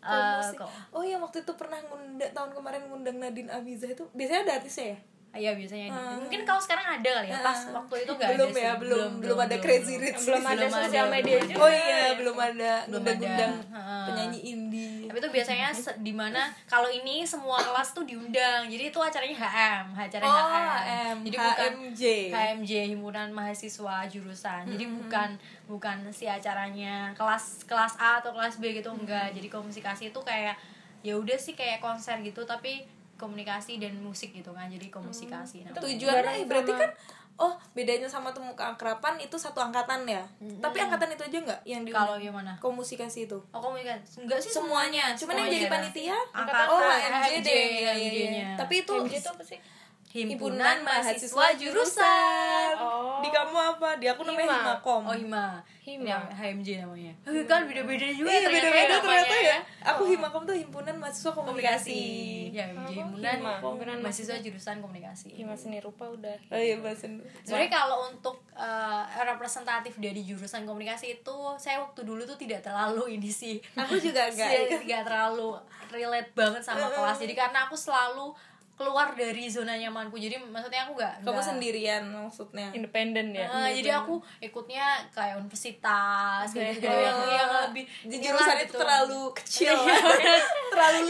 Speaker 1: musik. Oh iya, waktu itu pernah tahun kemarin ngundang Nadine Amiza itu. Biasanya ada artisnya ya?
Speaker 2: Iya biasanya mungkin kalau sekarang ada kali ya, pas waktu itu nggak ada sih.
Speaker 1: Belum ada Crazy Rich,
Speaker 3: belum ada sosial media juga.
Speaker 1: Oh iya, belum ada ngundang penyanyi indie.
Speaker 2: Tapi itu biasanya di mana kalau ini semua kelas tuh diundang, jadi itu acaranya HM. Jadi bukan HMJ, himpunan mahasiswa jurusan. Jadi bukan si acaranya kelas A atau kelas B gitu, enggak. Jadi komunikasi itu kayak ya udah sih kayak konser gitu, tapi komunikasi dan musik gitu kan, jadi komunikasi.
Speaker 1: Tujuannya berarti kan bedanya sama temu keakraban itu satu angkatan ya. Tapi angkatan itu aja enggak yang di
Speaker 2: kalau yang mana?
Speaker 1: Komunikasi itu.
Speaker 2: Komunikasi. Enggak sih
Speaker 1: semuanya. Cuman yang jadi panitia
Speaker 2: angkatan
Speaker 1: HMJ deh. Tapi itu
Speaker 3: HMJ itu apa sih?
Speaker 2: Himpunan Mahasiswa Jurusan.
Speaker 1: Di kamu apa? Di aku namanya Himakom.
Speaker 2: Hima.
Speaker 3: Hima.
Speaker 2: HMJ namanya. Kan beda-beda juga
Speaker 1: ya. Iya, beda-beda ternyata ya. Aku Himakom tuh Himpunan Mahasiswa Komunikasi.
Speaker 2: Ya, Himpunan Mahasiswa Jurusan Komunikasi.
Speaker 3: Hima Seni Rupa udah.
Speaker 1: Oh iya, bahasa.
Speaker 2: Sebenarnya kalau untuk representatif dari jurusan komunikasi itu, saya waktu dulu tuh tidak terlalu ini sih.
Speaker 1: Aku juga enggak
Speaker 2: terlalu relate banget sama kelas. Jadi karena aku selalu keluar dari zona nyamanku, jadi maksudnya aku
Speaker 1: kamu sendirian maksudnya
Speaker 3: independen ya.
Speaker 2: Jadi aku ikutnya kayak universitas gitu yang lebih
Speaker 1: jurusan itu terlalu kecil terlalu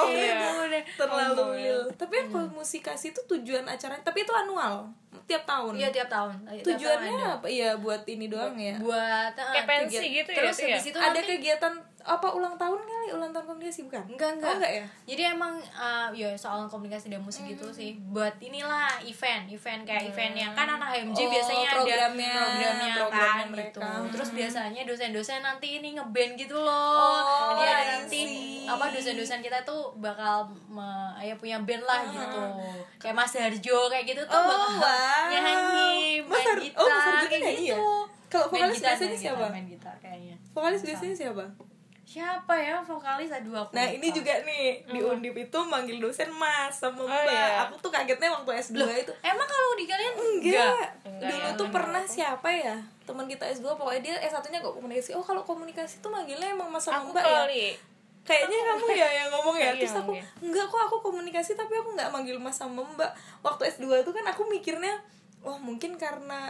Speaker 1: lil. Tapi kalau musikasi itu tujuan acaranya, tapi itu anual tiap tahun.
Speaker 2: Iya, tiap tahun.
Speaker 1: Tujuannya apa? Iya, buat ini doang ya.
Speaker 2: Buat
Speaker 3: kayak pensi gitu ya.
Speaker 2: Terus habis itu
Speaker 1: ada kegiatan apa ulang tahun kali? Ulang tahun komunikasi bukan?
Speaker 2: Enggak.
Speaker 1: Oh, enggak ya?
Speaker 2: Jadi emang ya soal komunikasi dan musik gitu sih. Buat inilah event kayak event yang kan anak HMJ biasanya
Speaker 1: programnya
Speaker 2: kan
Speaker 1: mereka.
Speaker 2: Gitu. Terus biasanya dosen-dosen nanti ini ngeband gitu loh. Jadi ada nanti dosen-dosen kita tuh bakal punya band lah gitu. Kayak Mas Harjo kayak gitu tuh bakal nyanyi, main gitar kayak gitu.
Speaker 1: Kalau vokalis biasanya siapa?
Speaker 2: Main gitar kayaknya.
Speaker 1: Vokalis biasanya siapa?
Speaker 2: Siapa ya vokalis? Aduh aku.
Speaker 1: Nah, ini juga nih di Undip itu manggil dosen Mas sama Mbak.
Speaker 2: Iya.
Speaker 1: Aku tuh kagetnya waktu S2 itu.
Speaker 2: Emang kalau di kalian
Speaker 1: enggak dulu tuh pernah siapa ya? Teman kita S2 pokoknya dia S1-nya kok komunikasi. Oh, kalau komunikasi tuh manggilnya emang Mas sama Mbak ya. Kayaknya kamu ya yang ngomong ya. Terus aku enggak kok, aku komunikasi tapi aku enggak manggil Mas sama Mbak. Waktu S2 tuh kan aku mikirnya mungkin karena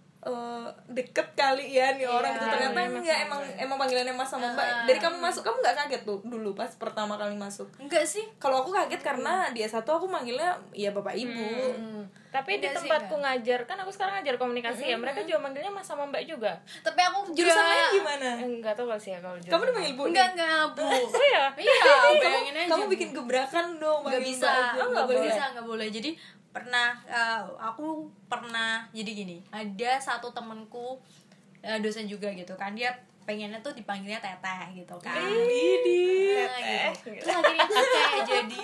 Speaker 1: deket kali ya nih orang gitu. Ternyata enggak, emang panggilannya Mas sama Mbak. Dari kamu masuk, kamu nggak kaget tuh dulu pas pertama kali masuk?
Speaker 2: Enggak sih.
Speaker 1: Kalau aku kaget karena di S1 aku manggilnya ya Bapak Ibu.
Speaker 3: Tapi di tempatku ngajar, kan aku sekarang ngajar komunikasi ya, mereka juga manggilnya Mas sama Mbak juga.
Speaker 2: Tapi aku
Speaker 1: jurusan lain gimana?
Speaker 3: Enggak tahu sih ya kalau
Speaker 1: kamu dipanggil Bu.
Speaker 2: Enggak Bu.
Speaker 3: Oh iya.
Speaker 2: Iya, bayangin aja.
Speaker 1: Kamu bikin gebrakan dong.
Speaker 2: Enggak bisa. Enggak boleh. Jadi aku pernah jadi gini, ada satu temenku dosen juga gitu kan, dia pengennya tuh dipanggilnya Teteh gitu kan. Gitu. Terus akhirnya tuh kayak jadi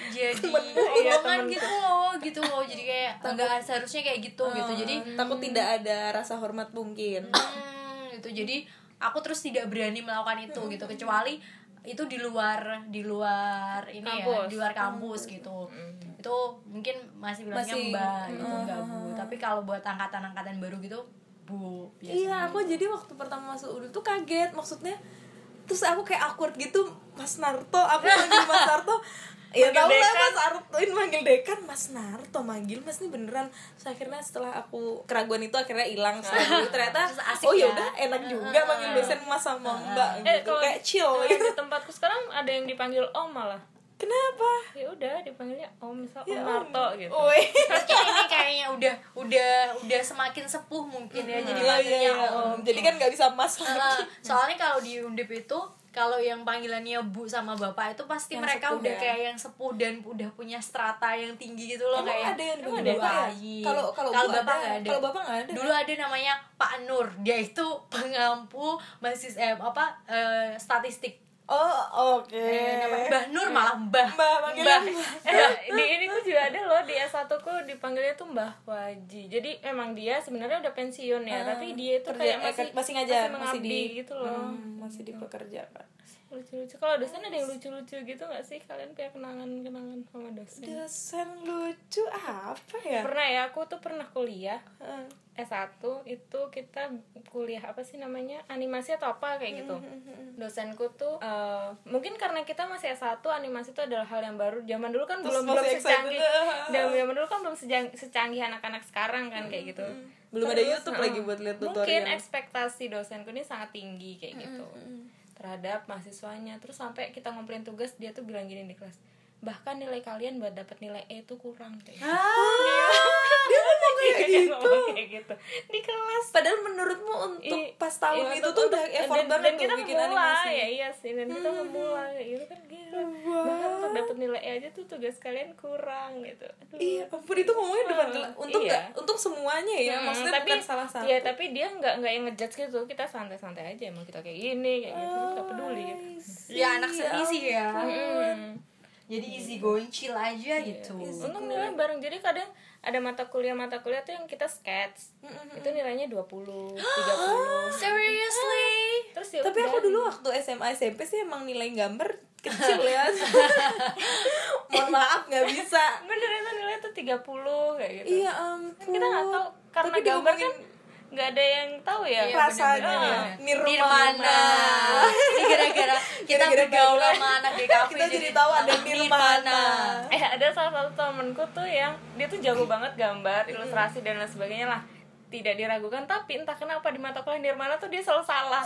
Speaker 2: omongan gitu loh jadi kayak enggak seharusnya kayak gitu. Jadi
Speaker 1: takut tidak ada rasa hormat mungkin.
Speaker 2: Gitu. Jadi aku terus tidak berani melakukan itu gitu, kecuali itu di luar ini kampus. Ya di luar kampus gitu. Itu mungkin masih bilangnya Mbak gitu, enggak Bu. Tapi kalau buat angkatan baru gitu Bu biasanya.
Speaker 1: Iya, aku jadi waktu pertama masuk UDUP tuh kaget, maksudnya terus aku kayak awkward gitu, Mas Narto, aku manggil Mas Narto. Ya tau lah Mas Narto, ini manggil dekan Mas Narto, manggil Mas ini beneran. Terus akhirnya setelah aku keraguan itu akhirnya hilang. Ternyata ya udah enak juga manggil dosen Mas sama Mbak gitu, kayak chill gitu.
Speaker 3: Di tempatku sekarang ada yang dipanggil Om malah.
Speaker 1: Kenapa?
Speaker 3: Ya udah dipanggilnya Om, misal Om Narto gitu.
Speaker 2: Ini kayaknya udah semakin sepuh mungkin ya, jadi manggilnya Om.
Speaker 1: Jadi kan nggak bisa Mas lagi.
Speaker 2: Soalnya kalau di Undip itu kalau yang panggilannya Bu sama Bapak itu pasti yang mereka udah ya? Kayak yang sepuh dan udah punya strata yang tinggi gitu loh.
Speaker 1: Emang
Speaker 2: kayak
Speaker 1: ada yang Bapak ya? Kalau
Speaker 2: Bapak nggak ada.
Speaker 1: Kalau Bapak nggak ada.
Speaker 2: Dulu ada namanya Pak Nur, dia itu pengampu statistik.
Speaker 1: Oh, oke.
Speaker 2: Mbah Nur malah Mbah.
Speaker 3: Di ini ku juga ada loh, di S1 ku dipanggilnya tuh Mbah Waji. Jadi emang dia sebenarnya udah pensiun ya, tapi dia itu kayak masih
Speaker 1: ngajar,
Speaker 3: masih mengabdi gitu loh.
Speaker 1: masih dipekerjakan.
Speaker 3: Lucu-lucu. Kalau dosen ada yang lucu-lucu gitu nggak sih? Kalian punya kenangan sama dosen?
Speaker 1: Dosen lucu apa ya?
Speaker 3: Pernah ya, aku tuh pernah kuliah S1 itu kita kuliah apa sih namanya, animasi atau apa kayak gitu. Dosenku tuh mungkin karena kita masih S1, animasi itu adalah hal yang baru. Zaman dulu kan belum secanggih, zaman dulu kan belum secanggih anak-anak sekarang kan kayak gitu.
Speaker 1: Belum ada YouTube lagi buat lihat tutorial.
Speaker 3: Mungkin ekspektasi dosenku ini sangat tinggi kayak gitu terhadap mahasiswanya. Terus sampai kita ngumpulin tugas, dia tuh bilang gini di kelas, bahkan nilai kalian buat dapat nilai E itu kurang kayak gitu.
Speaker 1: Dia ngomong kayak
Speaker 3: gitu di kelas.
Speaker 1: Padahal menurutmu untuk pas tahun itu tuh udah effort banget
Speaker 3: dan kita
Speaker 1: tuh bikin
Speaker 3: memulai,
Speaker 1: animasi.
Speaker 3: ya iya sih, dan kita memulai gitu kan gitu. Bahkan untuk dapat nilai E aja tuh tugas kalian kurang gitu. Aduh.
Speaker 1: Iya, ampun itu ngomongnya depan untuk untuk semuanya ya, maksudnya
Speaker 3: tapi,
Speaker 1: bukan salah satu.
Speaker 3: Iya, tapi dia nggak yang ngejudge gitu. Kita santai-santai aja, emang kita kayak gini kayak gitu, nggak peduli gitu.
Speaker 2: Ya anak seni sih ya. Jadi easy going, chill aja gitu.
Speaker 3: Untung nilai bareng. Jadi kadang ada mata kuliah tuh yang kita sketch. Itu nilainya 20, 30.
Speaker 2: Seriously?
Speaker 3: Terus ya
Speaker 1: Tapi
Speaker 3: udah.
Speaker 1: aku dulu waktu SMA SMP sih emang nilai gambar kecil ya. Mohon maaf nggak bisa.
Speaker 3: Bener itu nilai tuh 30 kayak gitu.
Speaker 1: Iya ampun.
Speaker 3: Kita nggak tahu karena
Speaker 1: tapi
Speaker 3: gambar kan nggak ada yang tahu ya.
Speaker 2: Iya,
Speaker 1: rasanya
Speaker 2: Nirmana. Ini gara-gara kita bergaul sama anak di kafe.
Speaker 1: Kita jadi tahu ada Nirmana.
Speaker 3: Ada salah satu temenku tuh yang dia tuh jago banget gambar, ilustrasi dan lain sebagainya lah. Tidak diragukan, tapi entah kenapa di mata kuliah Nirmana tuh dia selalu salah.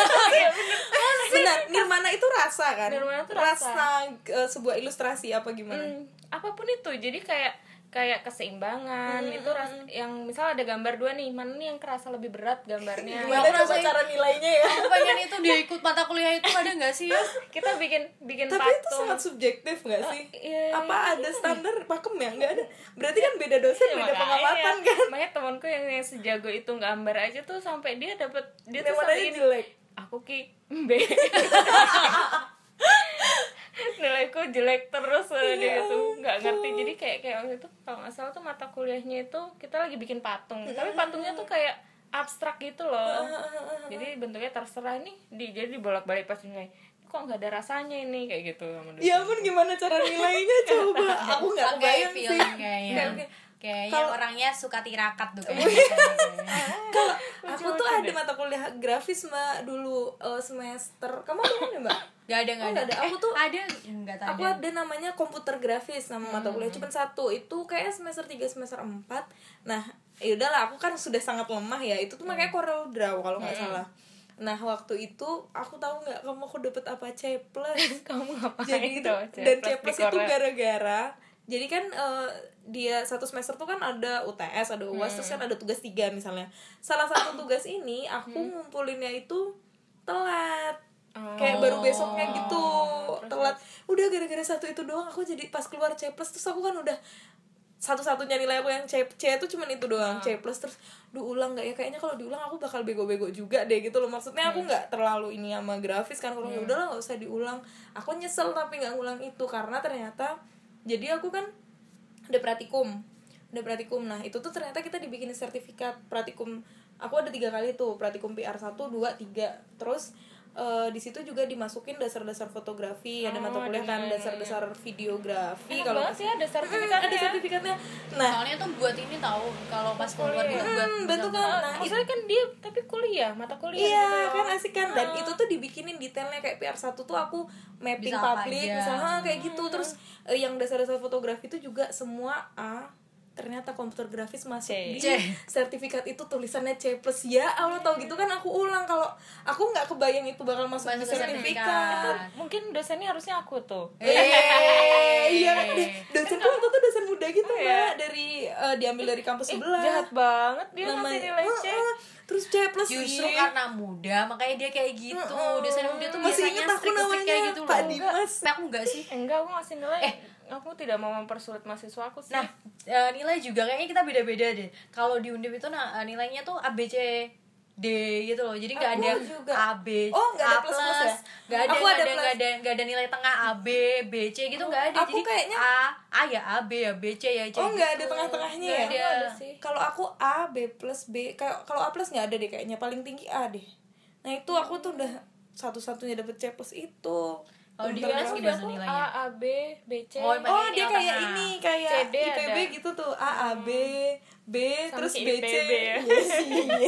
Speaker 1: Benar, Nirmana itu rasa kan?
Speaker 3: Nirmana tuh rasa.
Speaker 1: Sebuah ilustrasi apa gimana?
Speaker 3: Apapun itu, jadi kayak keseimbangan itu yang misal ada gambar 2 nih, mana nih yang kerasa lebih berat gambarnya.
Speaker 1: Gimana coba cara nilainya ya?
Speaker 2: Aku pengen itu dia ikut mata kuliah itu, ada nggak sih ya?
Speaker 3: Kita bikin
Speaker 1: Tapi
Speaker 3: patung.
Speaker 1: itu sangat subjektif nggak sih?
Speaker 3: Iya,
Speaker 1: apa ada standar pakem ya? Nggak ada. Berarti kan beda dosen, beda pengamatan kan?
Speaker 3: Makanya temanku yang sejago itu gambar aja tuh sampai dia tuh
Speaker 1: Nirmananya
Speaker 3: sampai ini,
Speaker 1: jelek.
Speaker 3: aku ki B. Nilaiku jelek terus dia tuh nggak ngerti. Jadi kayak waktu itu kalau nggak salah tuh mata kuliahnya itu kita lagi bikin patung, tapi patungnya tuh kayak abstrak gitu loh. Jadi bentuknya terserah nih, jadi dibolak-balik pas nilai kok nggak ada rasanya ini kayak gitu sama dosen.
Speaker 1: Ya ampun, gimana cara nilainya coba? Aku nggak kebayang sih.
Speaker 2: Kayaknya orangnya suka tirakat tuh kayaknya.
Speaker 1: Kalau aku tuh ada mata kuliah grafis Mbak dulu semester. Kamu ada kan ya Mbak?
Speaker 2: Gak ada.
Speaker 1: Aku tuh
Speaker 2: ada enggak tahu.
Speaker 1: Aku ada namanya komputer grafis nama mata kuliah, cuma satu. Itu kayak semester 3 semester 4. Nah, yaudahlah aku kan sudah sangat lemah ya. Itu tuh makanya Corel Draw kalau nggak salah. Nah, waktu itu aku tahu nggak kamu aku dapet apa, C+.
Speaker 3: Kamu ngapain?
Speaker 1: Jadi itu dan C+ itu gara-gara jadi kan dia satu semester tuh kan ada UTS, ada UAS, terus kan ada tugas 3 misalnya. Salah satu tugas ini aku ngumpulinnya itu telat. Kayak baru besoknya gitu, telat. Udah gara-gara satu itu doang aku jadi pas keluar C+, terus aku kan udah satu-satunya nilai aku yang C itu cuman itu doang, C+. Terus ulang nggak ya, kayaknya kalau diulang aku bakal bego-bego juga deh gitu loh. Maksudnya aku nggak terlalu ini sama grafis kan, kalau ya udahlah nggak usah diulang. Aku nyesel tapi nggak ngulang itu karena ternyata jadi aku kan udah praktikum. Nah itu tuh ternyata kita dibikin sertifikat praktikum. Aku ada 3 kali tuh praktikum PR 1, 2, 3. Terus di situ juga dimasukin dasar-dasar fotografi, ada mata kuliah kan dasar-dasar videografi. Kalau
Speaker 3: sih ada sertifikatnya.
Speaker 1: Ada sertifikatnya. Nah,
Speaker 2: soalnya tuh buat ini tahu kalau pas keluar gitu buat
Speaker 1: betul kan. Nah,
Speaker 3: itu kan dia tapi mata kuliah
Speaker 1: iya
Speaker 3: gitu
Speaker 1: kan asik kan. Dan itu tuh dibikinin detailnya kayak PR1 tuh aku mapping
Speaker 2: bisa
Speaker 1: publik misalnya kayak gitu. Terus yang dasar-dasar fotografi itu juga semua A. Ternyata komputer grafis masuk di sertifikat itu tulisannya C+. Ya Allah, tahu gitu kan aku ulang. Kalau aku nggak kebayang itu bakal masuk di sertifikat.
Speaker 3: Mungkin dosennya harusnya aku tuh.
Speaker 1: Iya deh. Dosenku waktu itu dosen muda gitu Mbak, dari diambil dari kampus sebelah.
Speaker 3: Jahat banget dia ngasih nilai C.
Speaker 1: Terus C+
Speaker 2: justru karena muda makanya dia kayak gitu. Dosen muda tuh
Speaker 1: masih
Speaker 2: biasanya
Speaker 1: inget aku namanya
Speaker 2: kayak gitu
Speaker 1: Pak
Speaker 2: loh.
Speaker 1: Dimas.
Speaker 2: Aku enggak sih.
Speaker 3: Enggak, aku ngasih nilai. Aku tidak mau mempersulit mahasiswa aku sih.
Speaker 2: Nah, nilai juga kayaknya kita beda-beda deh. Kalau di Undip itu nilainya tuh A B C D gitu loh. Jadi enggak ada
Speaker 1: juga.
Speaker 2: A B
Speaker 1: enggak ada
Speaker 2: A
Speaker 1: plus ya.
Speaker 2: Enggak ada nilai tengah A B B C gitu enggak ada.
Speaker 1: Aku
Speaker 2: jadi
Speaker 1: kayaknya
Speaker 2: A ya A B ya B C ya C.
Speaker 1: Enggak ada tengah-tengahnya ya.
Speaker 2: Enggak ada
Speaker 3: sih.
Speaker 1: Kalau aku A B plus B, kalau A plus nggak ada deh kayaknya, paling tinggi A deh. Nah itu aku tuh udah satu-satunya dapet C+ itu.
Speaker 2: Kalau di
Speaker 1: Bentar,
Speaker 2: US
Speaker 1: berapa?
Speaker 2: gimana nilainya?
Speaker 3: A, B, B, C.
Speaker 2: Oh,
Speaker 1: Oh, dia
Speaker 2: yang
Speaker 1: kayak
Speaker 2: tengah.
Speaker 1: ini, kayak
Speaker 3: CD
Speaker 1: IPB
Speaker 3: ada.
Speaker 1: gitu tuh. A, B, B,
Speaker 3: Sama
Speaker 1: terus
Speaker 3: si
Speaker 1: BC.
Speaker 3: IPB ya.
Speaker 1: Iya sih.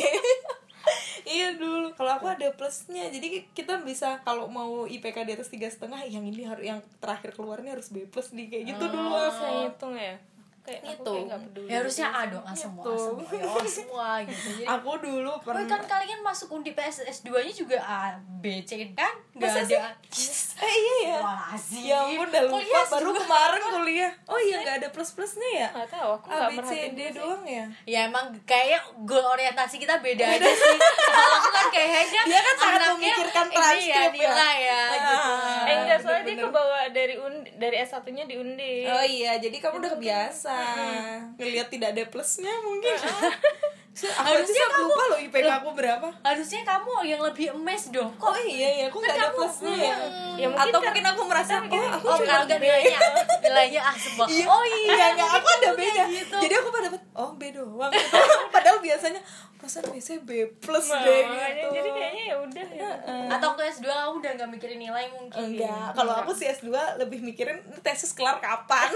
Speaker 1: Iya dulu. Kalau aku ada plusnya. Jadi kita bisa kalau mau IPK di atas 3,5, yang ini harus, yang terakhir keluarnya harus B+ nih, kayak gitu dulu.
Speaker 3: Bisa ngitung ya. Kayak aku
Speaker 1: Gitu.
Speaker 3: kayak nggak peduli.
Speaker 2: Ya harusnya A dong, A semua, A semua, ya A semua gitu. Jadi,
Speaker 1: Aku dulu
Speaker 2: Woi,
Speaker 1: pernah.
Speaker 2: kan kalian masuk Undip S2-nya juga A, B, C kan?
Speaker 1: Masa
Speaker 2: Gak
Speaker 1: sih?
Speaker 2: ada.
Speaker 1: Iya ya.
Speaker 2: Walazim.
Speaker 1: Ya ampun, udah lupa.
Speaker 2: Kuliah
Speaker 1: Baru
Speaker 2: S2.
Speaker 1: kemarin kuliah. Oh iya, nggak ada plus-plusnya ya?
Speaker 3: Nggak tahu, aku
Speaker 1: A,
Speaker 3: nggak
Speaker 1: B, C,
Speaker 3: merhatiin
Speaker 1: D
Speaker 3: itu sih.
Speaker 1: doang ya?
Speaker 2: Ya emang kayak goal orientasi kita beda aja sih. Kalau aku kan kayaknya
Speaker 1: Dia kan sangat
Speaker 2: anaknya
Speaker 1: memikirkan
Speaker 2: ini
Speaker 1: transkrip ya.
Speaker 2: nilai ya gitu.
Speaker 3: Enggak, soalnya dia
Speaker 1: bener-bener.
Speaker 3: kebawa dari S1-nya di Undi.
Speaker 1: Oh iya, jadi kamu udah kebiasa ngelihat tidak ada plusnya mungkin. Aku aja
Speaker 2: Harusnya
Speaker 1: sampai lupa loh IPK aku berapa.
Speaker 2: Harusnya kamu yang lebih emes dong.
Speaker 1: Oh iya ya, aku nggak ada plusnya ya.
Speaker 3: Ya, mungkin
Speaker 1: Atau
Speaker 3: kan-
Speaker 1: mungkin aku merasa aku
Speaker 2: Oh,
Speaker 1: cuma
Speaker 2: kalau
Speaker 1: B.
Speaker 2: nggak nilainya A semua.
Speaker 1: Iya.
Speaker 2: Oh iya,
Speaker 1: Enggak, aku ada B-nya.
Speaker 2: gitu.
Speaker 1: Jadi aku pada dapat B doang. Padahal biasanya perasaan biasanya B+ deh
Speaker 3: Makanya,
Speaker 1: gitu.
Speaker 3: jadi kayaknya ya udah ya.
Speaker 2: Atau waktu S2 kamu udah gak mikirin nilai mungkin.
Speaker 1: Enggak, kalau aku sih S2 lebih mikirin ini tesis kelar kapan.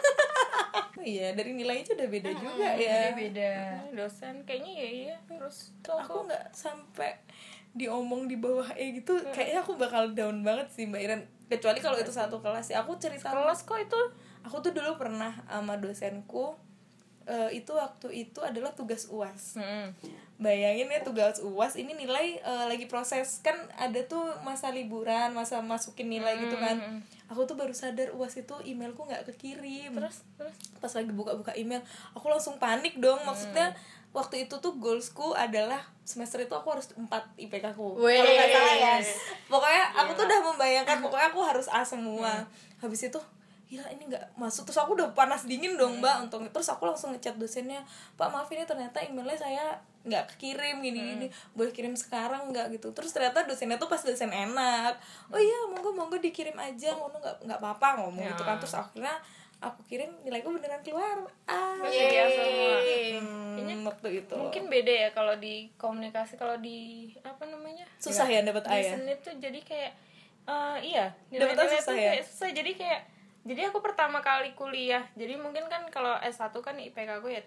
Speaker 1: Oh iya, dari nilai itu udah beda juga ya.
Speaker 2: Beda.
Speaker 3: Dosen kayaknya ya iya. Terus tuh
Speaker 1: Aku nggak sampai diomong di bawah gitu, kayaknya aku bakal down banget sih Mbak Iren. Kecuali kalau itu satu kelas ya. Aku cerita
Speaker 3: kelas kok itu
Speaker 1: aku tuh dulu pernah sama dosenku, itu waktu itu adalah tugas UAS. Bayangin ya, tugas UAS ini nilai lagi proses, kan ada tuh masa liburan, masa masukin nilai gitu kan. Aku tuh baru sadar UAS itu emailku nggak kekirim.
Speaker 3: terus
Speaker 1: Pas lagi buka-buka email, aku langsung panik dong. Maksudnya waktu itu tuh goalsku adalah semester itu aku harus 4 IPK ku.
Speaker 2: Wes.
Speaker 1: Kalau nggak salah ya. Pokoknya aku tuh udah membayangkan pokoknya aku harus A semua. Habis itu gila ini nggak masuk, terus aku udah panas dingin dong Mbak untung. Terus aku langsung ngechat dosennya, Pak maaf ini ternyata emailnya saya nggak kekirim gini boleh kirim sekarang nggak gitu. Terus ternyata dosennya tuh pas dosen enak, oh iya monggo dikirim aja, ngono nggak apa-apa ngomong gitu kan. Terus akhirnya aku kirim, nilaiku beneran keluar
Speaker 3: Iya semua.
Speaker 1: waktu itu
Speaker 3: Mungkin beda ya kalau di komunikasi, kalau di apa namanya?
Speaker 1: susah ya dapat A
Speaker 3: Di
Speaker 1: ya.
Speaker 3: seni tuh jadi kayak iya,
Speaker 1: Dapet A
Speaker 3: nilai-nilai
Speaker 1: susah
Speaker 3: tuh
Speaker 1: ya?
Speaker 3: kayak susah. Jadi aku pertama kali kuliah. Jadi mungkin kan kalau S1 kan IPK aku ya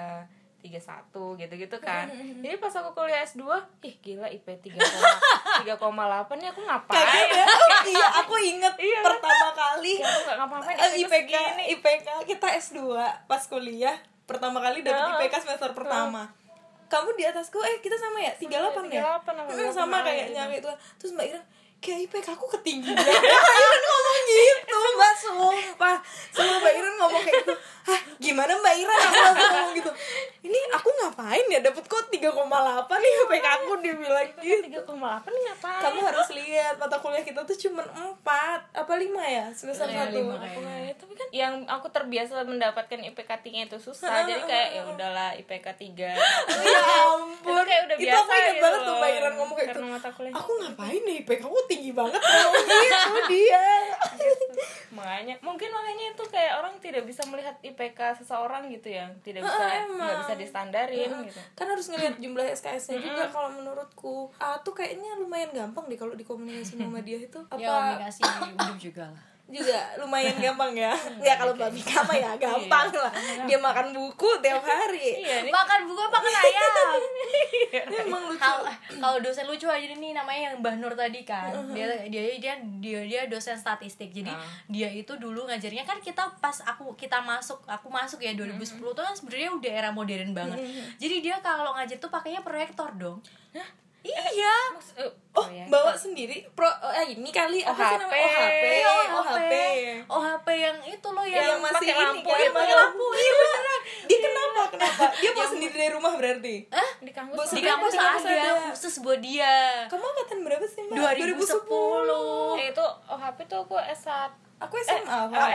Speaker 3: 3,1 gitu-gitu kan. Jadi pas aku kuliah S2, ih gila IP 3,8 nih aku ngapain?
Speaker 1: Kayaknya iya aku inget
Speaker 3: Iya.
Speaker 1: pertama kali
Speaker 3: Ya, aku gak ngapa-ngapain
Speaker 1: IPK kita S2 pas kuliah pertama kali dapet IPK semester pertama. Kamu di atasku kita sama ya 38 ya.
Speaker 3: 38 sama
Speaker 1: Sama
Speaker 3: 38
Speaker 1: kayaknya
Speaker 3: gitu.
Speaker 1: gitu. Terus Mbak Iren kayak IPK aku ketinggian. Mbak Iren ngomong gitu Mbak, sumpah Mbak Iren ngomong kayak gitu. Hah gimana Mbak Iren, aku langsung ngomong gitu, ini aku ngapain ya dapet kok 3,8 nih IPK aku, dibilang gitu.
Speaker 3: 3,8 nih ngapain?
Speaker 1: Kamu harus lihat mata kuliah kita tuh cuman 4 apa 5 ya semester 1.
Speaker 3: Tapi kan yang aku terbiasa mendapatkan IPK tinggi itu susah. Jadi kayak ya udahlah IPK 3.
Speaker 1: Ya ampun.
Speaker 3: Itu kayak udah
Speaker 1: Itu
Speaker 3: biasa
Speaker 1: aku ingat
Speaker 3: gitu
Speaker 1: banget tuh
Speaker 3: loh.
Speaker 1: Mbak Iren ngomong kayak
Speaker 3: Karena
Speaker 1: gitu.
Speaker 3: mata kuliah.
Speaker 1: Aku ngapain nih IPK aku tinggi banget ngomong gitu dia.
Speaker 3: Makanya itu kayak orang tidak bisa melihat IPK seseorang gitu ya, tidak bisa nggak bisa distandarin gitu.
Speaker 1: Kan harus ngelihat jumlah SKS-nya juga kalau menurutku. Tuh kayaknya lumayan gampang deh kalau dikomunikasi sama dia itu.
Speaker 2: Ya
Speaker 1: Apa
Speaker 2: komunikasi hidup juga lah.
Speaker 1: juga lumayan gampang ya. Ya kalau Mbak Mika mah ya gampang lah. Dia makan buku tiap hari.
Speaker 3: Iya nih.
Speaker 2: Makan buku makan ayam.
Speaker 1: Emang lucu.
Speaker 2: Kalau dosen lucu aja nih namanya yang Mbah Nur tadi kan. Dia dosen statistik. Jadi dia itu dulu ngajarnya kan kita pas aku masuk ya 2010 tuh kan sebenarnya udah era modern banget. Jadi dia kalau ngajar tuh pakainya proyektor dong. Iya.
Speaker 1: Bawa sendiri ini kali apa sih namanya OHP
Speaker 2: yang itu loh yang
Speaker 1: masih
Speaker 3: pakai
Speaker 1: ini
Speaker 3: lampu,
Speaker 1: kan
Speaker 3: yang
Speaker 1: pakai lampu. Iya beneran. Dia kenapa dia bawa sendiri dari rumah berarti.
Speaker 3: Di kampus
Speaker 2: di kampus ada khusus buat dia.
Speaker 1: Kamu angkatan berapa sih Mbak?
Speaker 2: 2010.
Speaker 3: itu OHP tuh aku S1
Speaker 1: Aku SMA.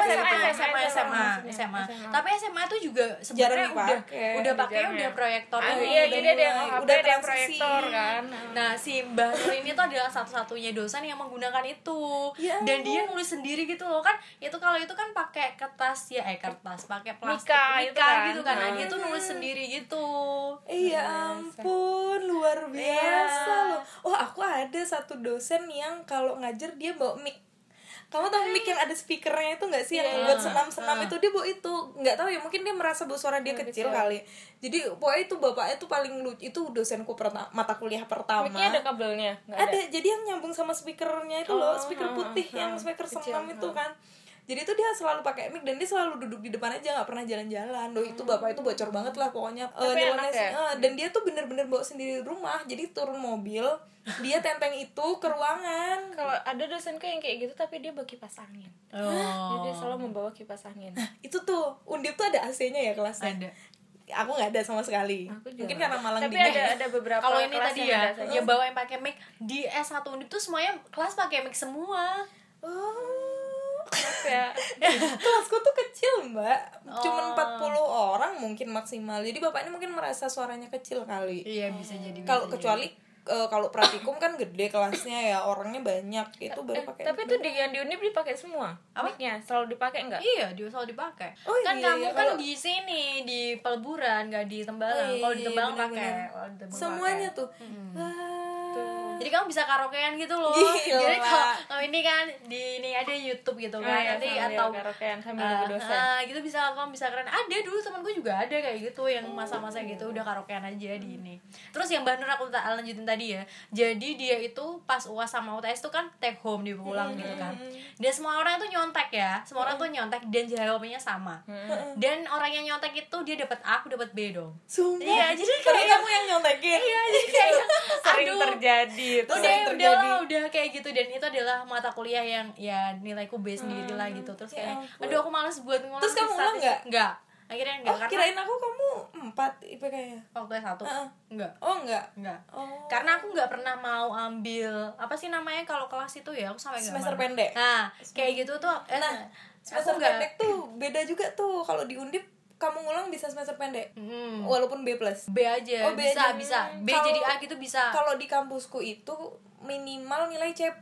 Speaker 2: SMA. Tapi SMA tuh juga sebenarnya udah pakai udah proyektor
Speaker 3: iya, jadi ada yang
Speaker 1: udah
Speaker 3: ada proyektor kan.
Speaker 2: Nah, si Mbak Nur ini tuh adalah satu-satunya dosen yang menggunakan itu. Dan dia nulis sendiri gitu loh kan. Itu kalau itu kan pakai kertas kertas, pakai plastik Mika gitu kan. Nah, dia tuh nulis sendiri gitu.
Speaker 1: Iya ampun, luar biasa loh. Oh, aku ada satu dosen yang kalau ngajar dia bawa mic. Kamu tahu mic yang ada speakernya itu nggak sih, yang buat senam-senam itu, dia bawa itu. Nggak tahu ya, mungkin dia merasa bahwa suara dia kecil kali. Jadi pokoknya itu bapaknya tuh paling lucu. Itu dosenku mata kuliah pertama.
Speaker 3: Micnya ada kabelnya?
Speaker 1: Ada. Jadi yang nyambung sama speakernya itu loh, speaker putih yang speaker senam itu kan. Jadi itu dia selalu pakai mic dan dia selalu duduk di depan aja, nggak pernah jalan-jalan. Loh, itu bapak itu bocor banget lah pokoknya. Dan dia tuh bener-bener bawa sendiri rumah. Jadi turun mobil, dia tenteng itu ke ruangan.
Speaker 3: Kalau ada dosenku yang kayak gitu tapi dia bawa kipas angin. Jadi dia selalu membawa kipas angin.
Speaker 1: Itu tuh Undip tuh ada AC-nya ya kelasnya.
Speaker 2: Ada.
Speaker 1: Aku nggak ada sama sekali. Mungkin karena Malang
Speaker 3: tapi
Speaker 1: dingin.
Speaker 3: ada beberapa.
Speaker 2: Kalau ini tadi ya bawa yang pakai mic di S1 Undip tuh semuanya kelas pakai mic semua.
Speaker 3: Ya.
Speaker 1: Kelasku tuh kecil, Mbak. Cuman 40 orang mungkin maksimal. Jadi bapaknya mungkin merasa suaranya kecil kali.
Speaker 2: Iya, bisa jadi.
Speaker 1: Kalau kecuali kalau praktikum kan gede kelasnya ya, orangnya banyak, itu baru pakai.
Speaker 3: Tapi itu yang di Unip dipakai semua. Mic-nya selalu dipakai enggak?
Speaker 2: Iya, dia selalu dipakai. Kan
Speaker 1: iya,
Speaker 2: kamu kan di sini di Peleburan, enggak di Tembalang. Kalau di Tembalang pakai.
Speaker 1: Semuanya tuh.
Speaker 2: Jadi kamu bisa karaokean gitu loh.
Speaker 1: Gila.
Speaker 2: Jadi kalau ini kan di ini ada YouTube gitu kan. Nanti atau
Speaker 3: karaokean sambil nunggu dosen.
Speaker 2: Gitu bisa kamu bisa keren. Ada dulu temanku juga ada kayak gitu yang masa-masa gitu udah karaokean aja di ini. Terus yang Mbak Nur aku lanjutin tadi ya. Jadi dia itu pas UAS sama UTS tuh kan take home dia pulang gitu kan. Dan semua orang itu nyontek ya. Semua orang tuh nyontek dan jawabannya sama. Dan orang yang nyontek itu dia dapat A, aku dapat B dong.
Speaker 1: Sumpah.
Speaker 2: Iya, jadi
Speaker 1: kayak kamu yang nyontekin.
Speaker 2: Iya, jadi kayak
Speaker 3: sering terjadi.
Speaker 2: Udah kayak gitu. Dan itu adalah mata kuliah yang ya nilaiku B sendiri lah gitu. Terus kayak aduh aku malas buat ngulang.
Speaker 1: Terus kamu ngulang nggak?
Speaker 2: Enggak, akhirnya enggak.
Speaker 1: Karena kirain aku kamu 4 IPK-nya
Speaker 2: waktu S1 enggak.
Speaker 1: Enggak.
Speaker 2: Karena aku nggak pernah mau ambil apa sih namanya kalau kelas itu ya, aku sampai
Speaker 1: semester pendek.
Speaker 2: Nah kayak gitu tuh
Speaker 1: semester pendek tuh beda juga tuh. Kalau di Undip kamu ngulang bisa semester pendek, walaupun B+.
Speaker 2: B aja, bisa. B jadi A gitu bisa.
Speaker 1: Kalau di kampusku itu minimal nilai C+.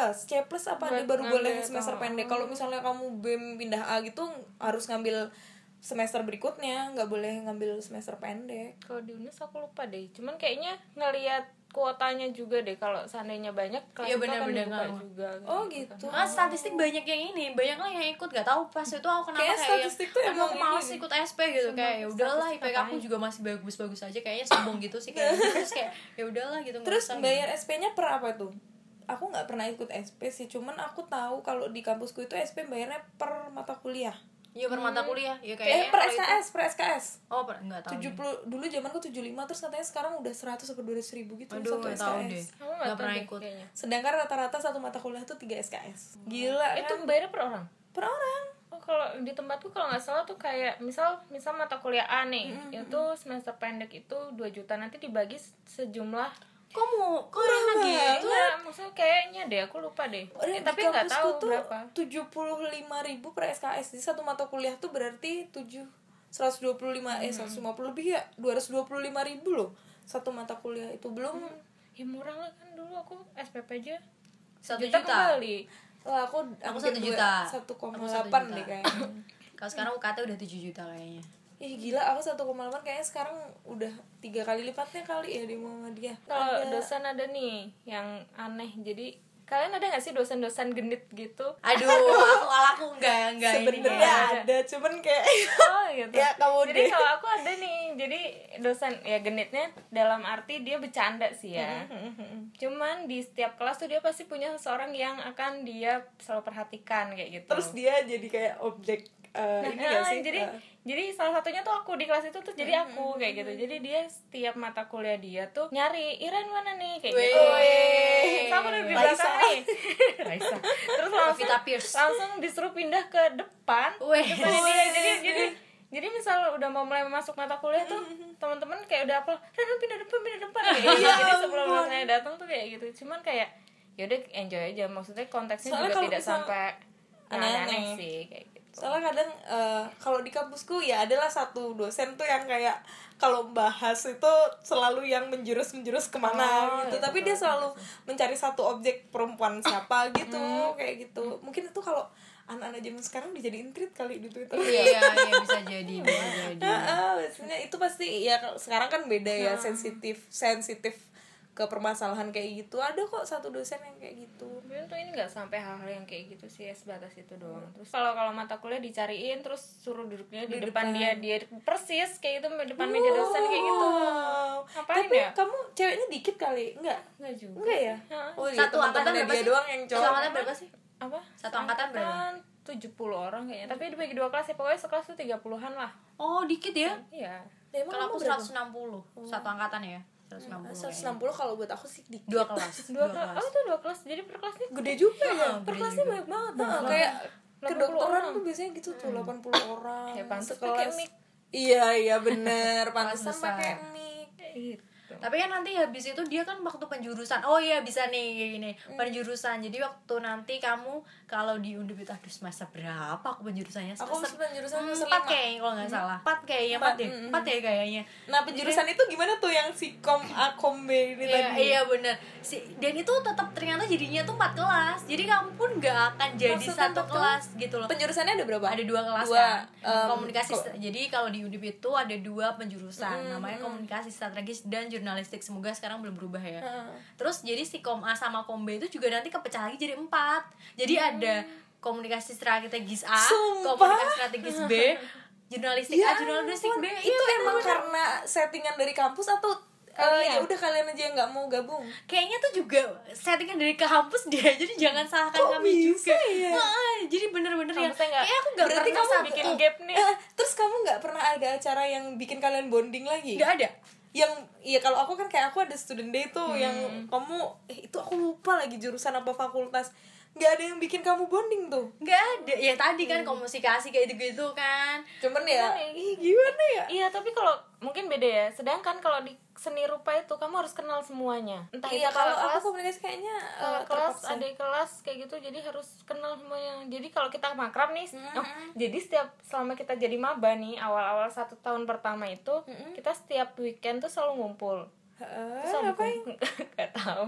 Speaker 1: apa dia baru boleh semester pendek. Kalau misalnya kamu B pindah A gitu harus ngambil semester berikutnya, nggak boleh ngambil semester pendek.
Speaker 3: Kalau di UNES aku lupa deh. Cuman kayaknya ngelihat kuotanya juga deh, kalau seandainya banyak kelas itu akan dibuka juga.
Speaker 1: Gitu.
Speaker 2: Statistik banyak yang ini, banyak lah yang ikut, gak tahu pas itu aku kenapa kayak
Speaker 1: statistik tuh emang
Speaker 2: males ikut SP gitu. Kayak ya udahlah, IPK aku juga masih bagus-bagus aja, kayaknya sombong gitu sih kayak. Terus kayak ya udahlah gitu.
Speaker 1: Terus bayar SP-nya per apa tuh? Aku nggak pernah ikut SP sih, cuman aku tahu kalau di kampusku itu SP bayarnya per mata kuliah.
Speaker 2: Iya, per mata kuliah. Ya kayaknya
Speaker 1: per SKS.
Speaker 2: Oh, enggak tahu.
Speaker 1: 70 dulu zamanku 75, terus katanya sekarang udah 100 atau 200 ribu gitu.
Speaker 2: Aduh,
Speaker 1: satu
Speaker 2: tahu
Speaker 1: SKS.
Speaker 2: deh.
Speaker 3: Kamu nggak
Speaker 2: pernah
Speaker 3: deh,
Speaker 2: ikut
Speaker 3: kayaknya.
Speaker 1: Sedangkan rata-rata satu mata kuliah tuh 3 SKS. Gila
Speaker 3: Itu
Speaker 1: kan?
Speaker 3: bayarnya per orang?
Speaker 1: Per orang.
Speaker 3: Oh, kalau di tempatku kalau nggak salah tuh kayak misal mata kuliah A nih, itu semester pendek itu 2 juta, nanti dibagi sejumlah.
Speaker 2: Kok enak gitu?
Speaker 3: Enggak, maksudnya kayaknya deh, aku lupa deh. Tapi nggak tahu
Speaker 1: tuh
Speaker 3: berapa.
Speaker 1: 75.000 per SKS. Jadi satu mata kuliah tuh berarti 150 lebih ya, 225.000 loh satu mata kuliah itu. Belum
Speaker 3: Ya murah lah, kan dulu aku SPP aja
Speaker 2: 1
Speaker 3: juta kembali.
Speaker 1: Wah, aku
Speaker 2: 1 juta.
Speaker 1: 1,8 deh kayaknya.
Speaker 2: Kalau sekarang UKT udah 7 juta kayaknya.
Speaker 1: Ih gila, aku 1,8 kayaknya sekarang udah 3 kali lipatnya kali ya di Muhammadiyah.
Speaker 3: Kalau dosen ada nih yang aneh, jadi kalian ada nggak sih dosen-dosen genit gitu?
Speaker 2: Aduh, aku enggak
Speaker 1: sebenarnya ada, cuman kayak
Speaker 3: gitu.
Speaker 1: Ya kamu
Speaker 3: jadi kalau aku ada nih, jadi dosen ya genitnya dalam arti dia bercanda sih ya. Cuman di setiap kelas tuh dia pasti punya seseorang yang akan dia selalu perhatikan kayak gitu.
Speaker 1: Terus dia jadi kayak objek ini gak sih?
Speaker 3: Jadi salah satunya tuh aku di kelas itu tuh jadi aku kayak gitu. Jadi dia setiap mata kuliah dia tuh nyari Iren mana nih kayak gitu. Terus aku udah di belakang nih. Raisa. Terus langsung disuruh pindah ke depan. Jadi misal udah mau mulai masuk mata kuliah tuh teman-teman kayak udah apa? Ren pindah depan kayak gitu. Jadi sebelum saya datang tuh kayak gitu. Cuman kayak ya udah enjoy aja. Maksudnya konteksnya soalnya juga tidak sampai
Speaker 1: aneh-aneh
Speaker 3: sih kayak gitu.
Speaker 1: Soalnya kadang kalau di kampusku ya adalah satu dosen tuh yang kayak kalau bahas itu selalu yang menjurus kemana gitu, tapi dia selalu mencari satu objek perempuan siapa gitu, kayak gitu. Mungkin itu kalau anak-anak zaman sekarang dijadiin tweet kali di Twitter.
Speaker 2: Iya bisa jadi.
Speaker 1: Biasanya itu pasti ya, sekarang kan beda ya, sensitif ke permasalahan kayak gitu. Ada kok satu dosen yang kayak gitu.
Speaker 3: Tapi tuh ini nggak sampai hal-hal yang kayak gitu sih, sebatas itu doang. Terus kalau mata kuliah dicariin terus suruh duduknya di depan dia persis kayak gitu, depan meja dosen kayak gitu. Ngapain
Speaker 1: tapi
Speaker 3: ya?
Speaker 1: Kamu ceweknya dikit kali? Enggak
Speaker 3: juga.
Speaker 1: Enggak ya? Oh, iya,
Speaker 2: Satu angkatan
Speaker 1: teman-temannya
Speaker 2: berapa
Speaker 1: dia
Speaker 2: sih?
Speaker 1: doang yang cowok.
Speaker 2: Satu angkatan berapa sih?
Speaker 3: Apa?
Speaker 2: Satu angkatan berapa?
Speaker 3: 70 orang kayaknya. Tapi dibagi 2 kelas ya, pokoknya sekelas tuh 30-an lah.
Speaker 2: Oh dikit ya.
Speaker 3: Iya.
Speaker 2: Kalau aku 160 satu angkatan ya.
Speaker 1: 160 kalau buat aku sih dikit.
Speaker 2: 2 kelas.
Speaker 3: 2 kelas. Oh, itu 2 kelas. Jadi per kelasnya
Speaker 1: Gede juga ya.
Speaker 3: per kelasnya banyak banget.
Speaker 1: Kayak
Speaker 3: 80
Speaker 1: kedokteran
Speaker 3: orang.
Speaker 1: tuh biasanya gitu tuh 80 orang.
Speaker 3: Ya pantes
Speaker 1: sekelas.
Speaker 3: pakai mic.
Speaker 1: Iya bener, pantesan
Speaker 2: besar.
Speaker 1: pakai mic.
Speaker 3: Gitu.
Speaker 2: Tapi kan nanti habis itu dia kan waktu penjurusan. Oh iya bisa nih gini. Penjurusan. Jadi waktu nanti kamu kalau di Undip itu aduh semester berapa aku penjurusannya?
Speaker 1: Aku penjurusan semester
Speaker 2: 4 kayaknya kalau nggak salah. 4 kayaknya 4 deh. 4 ya kayaknya.
Speaker 1: Nah, penjurusan itu gimana tuh yang si kom A kom B ini tadi?
Speaker 2: Iya bener. Dan itu tetap ternyata jadinya tuh 4 kelas. Jadi kamu pun nggak akan jadi
Speaker 1: Maksudnya
Speaker 2: satu
Speaker 1: 4
Speaker 2: kelas gitu loh.
Speaker 1: Penjurusannya ada berapa?
Speaker 2: Ada 2 kelas kan. Komunikasi. Jadi kalau di Undip itu ada 2 penjurusan. Namanya komunikasi strategis dan jurnalistik. Semoga sekarang belum berubah ya. Terus jadi si kom A sama kom B itu juga nanti kepecah lagi jadi 4. Jadi ada komunikasi strategis A, komunikasi strategis B, jurnalistik A, jurnalistik B.
Speaker 1: Itu emang karena settingan dari kampus atau ya udah kalian aja yang nggak mau gabung?
Speaker 2: Kayaknya tuh juga settingan dari kampus dia, jadi jangan salahkan kami juga.
Speaker 1: Ya?
Speaker 2: Jadi bener-bener yang
Speaker 3: Kampusnya
Speaker 2: kayak aku nggak
Speaker 1: berarti
Speaker 2: pernah
Speaker 1: kamu
Speaker 3: bikin gap nih.
Speaker 1: Terus kamu nggak pernah ada acara yang bikin kalian bonding lagi?
Speaker 2: nggak ada.
Speaker 1: Yang iya, kalau aku kan kayak aku ada student day tuh yang kamu itu aku lupa lagi jurusan apa fakultas, nggak ada yang bikin kamu bonding tuh.
Speaker 2: Nggak ada. Ya tadi kan komunikasi kayak gitu kan.
Speaker 1: Cuman ya gimana ya?
Speaker 3: Iya, tapi kalau mungkin beda ya. Sedangkan kalau di seni rupa itu kamu harus kenal semuanya. Entah
Speaker 1: Iya,
Speaker 3: itu
Speaker 1: kalau
Speaker 3: kelas,
Speaker 1: aku komunikasi kayaknya
Speaker 3: kelas
Speaker 1: terpaksa.
Speaker 3: adik kelas kayak gitu, jadi harus kenal semuanya. Jadi kalau kita makrab nih, jadi selama kita jadi maba nih, awal-awal 1 tahun pertama itu kita setiap weekend tuh selalu ngumpul. Terus
Speaker 1: ngapain?
Speaker 3: Gak tahu.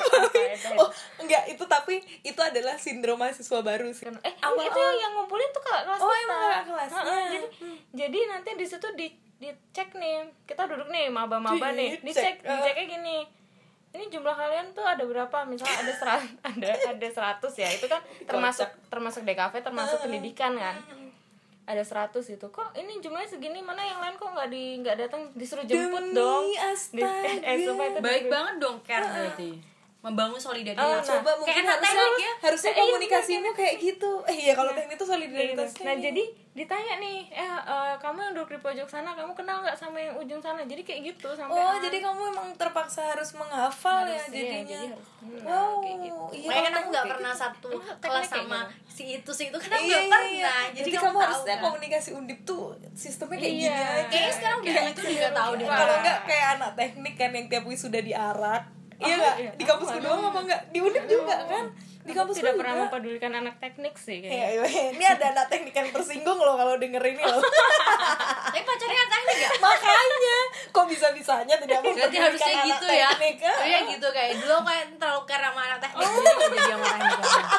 Speaker 1: Oh enggak, itu tapi itu adalah sindrom mahasiswa baru sih.
Speaker 3: Itu yang ngumpulin tuh kelas
Speaker 1: Oh,
Speaker 3: kita.
Speaker 1: emang kakak kelasnya.
Speaker 3: Jadi nanti di situ dicek nih, kita duduk nih maba-maba nih,
Speaker 1: Dicek.
Speaker 3: diceknya gini, ini jumlah kalian tuh ada berapa, misalnya ada 100 ya, itu kan termasuk DKV, termasuk pendidikan kan, ada 100 itu, kok ini jumlahnya segini, mana yang lain kok nggak datang, disuruh jemput dong. Sumpah itu
Speaker 2: Baik banget dong Care berarti. Membangun solidaritas.
Speaker 1: Coba mungkin
Speaker 2: kayak
Speaker 1: harusnya komunikasimu kayak gitu. Iya, kalau teknik itu solidaritas.
Speaker 3: Nah, jadi ditanya nih, kamu yang duduk di pojok sana, kamu kenal nggak sama yang ujung sana? Jadi kayak gitu sampai.
Speaker 1: Oh, jadi kamu emang terpaksa harus menghafal ya jadinya.
Speaker 3: Jadi harus kenal,
Speaker 1: Wow,
Speaker 3: kayak gitu.
Speaker 1: Iya,
Speaker 2: Makanya kan aku nggak
Speaker 1: kayak
Speaker 2: pernah
Speaker 1: gitu.
Speaker 2: satu
Speaker 3: Emang
Speaker 2: kelas
Speaker 3: teknik kayak
Speaker 2: sama
Speaker 3: gimana?
Speaker 2: si itu kan aku nggak pernah. Jadi
Speaker 1: kamu
Speaker 2: tahu
Speaker 1: harusnya
Speaker 2: kan.
Speaker 1: komunikasi Undip tuh sistemnya kayak gini
Speaker 3: Iya.
Speaker 1: aja.
Speaker 2: Kayaknya sekarang udah gitu juga tahu deh.
Speaker 1: Kalau enggak kayak anak teknik kan yang tiap wisuda diarak. Iya nggak? Di kampusku doang apa enggak? Di Undip juga kan? Di kampus
Speaker 3: tidak pernah mempedulikan anak teknik sih kayaknya.
Speaker 1: Ini ada anak teknik yang tersinggung loh kalau denger ini loh.
Speaker 2: Tapi pacarnya kan teknik gak?
Speaker 1: Makanya kok bisa-bisanya tidak
Speaker 2: Berarti
Speaker 1: mempedulikan
Speaker 2: harusnya
Speaker 1: anak
Speaker 2: gitu ya.
Speaker 1: teknik.
Speaker 2: Iya gitu kayak dulu aku kayak terlalu care sama anak teknik jadi gak jadi sama teknik.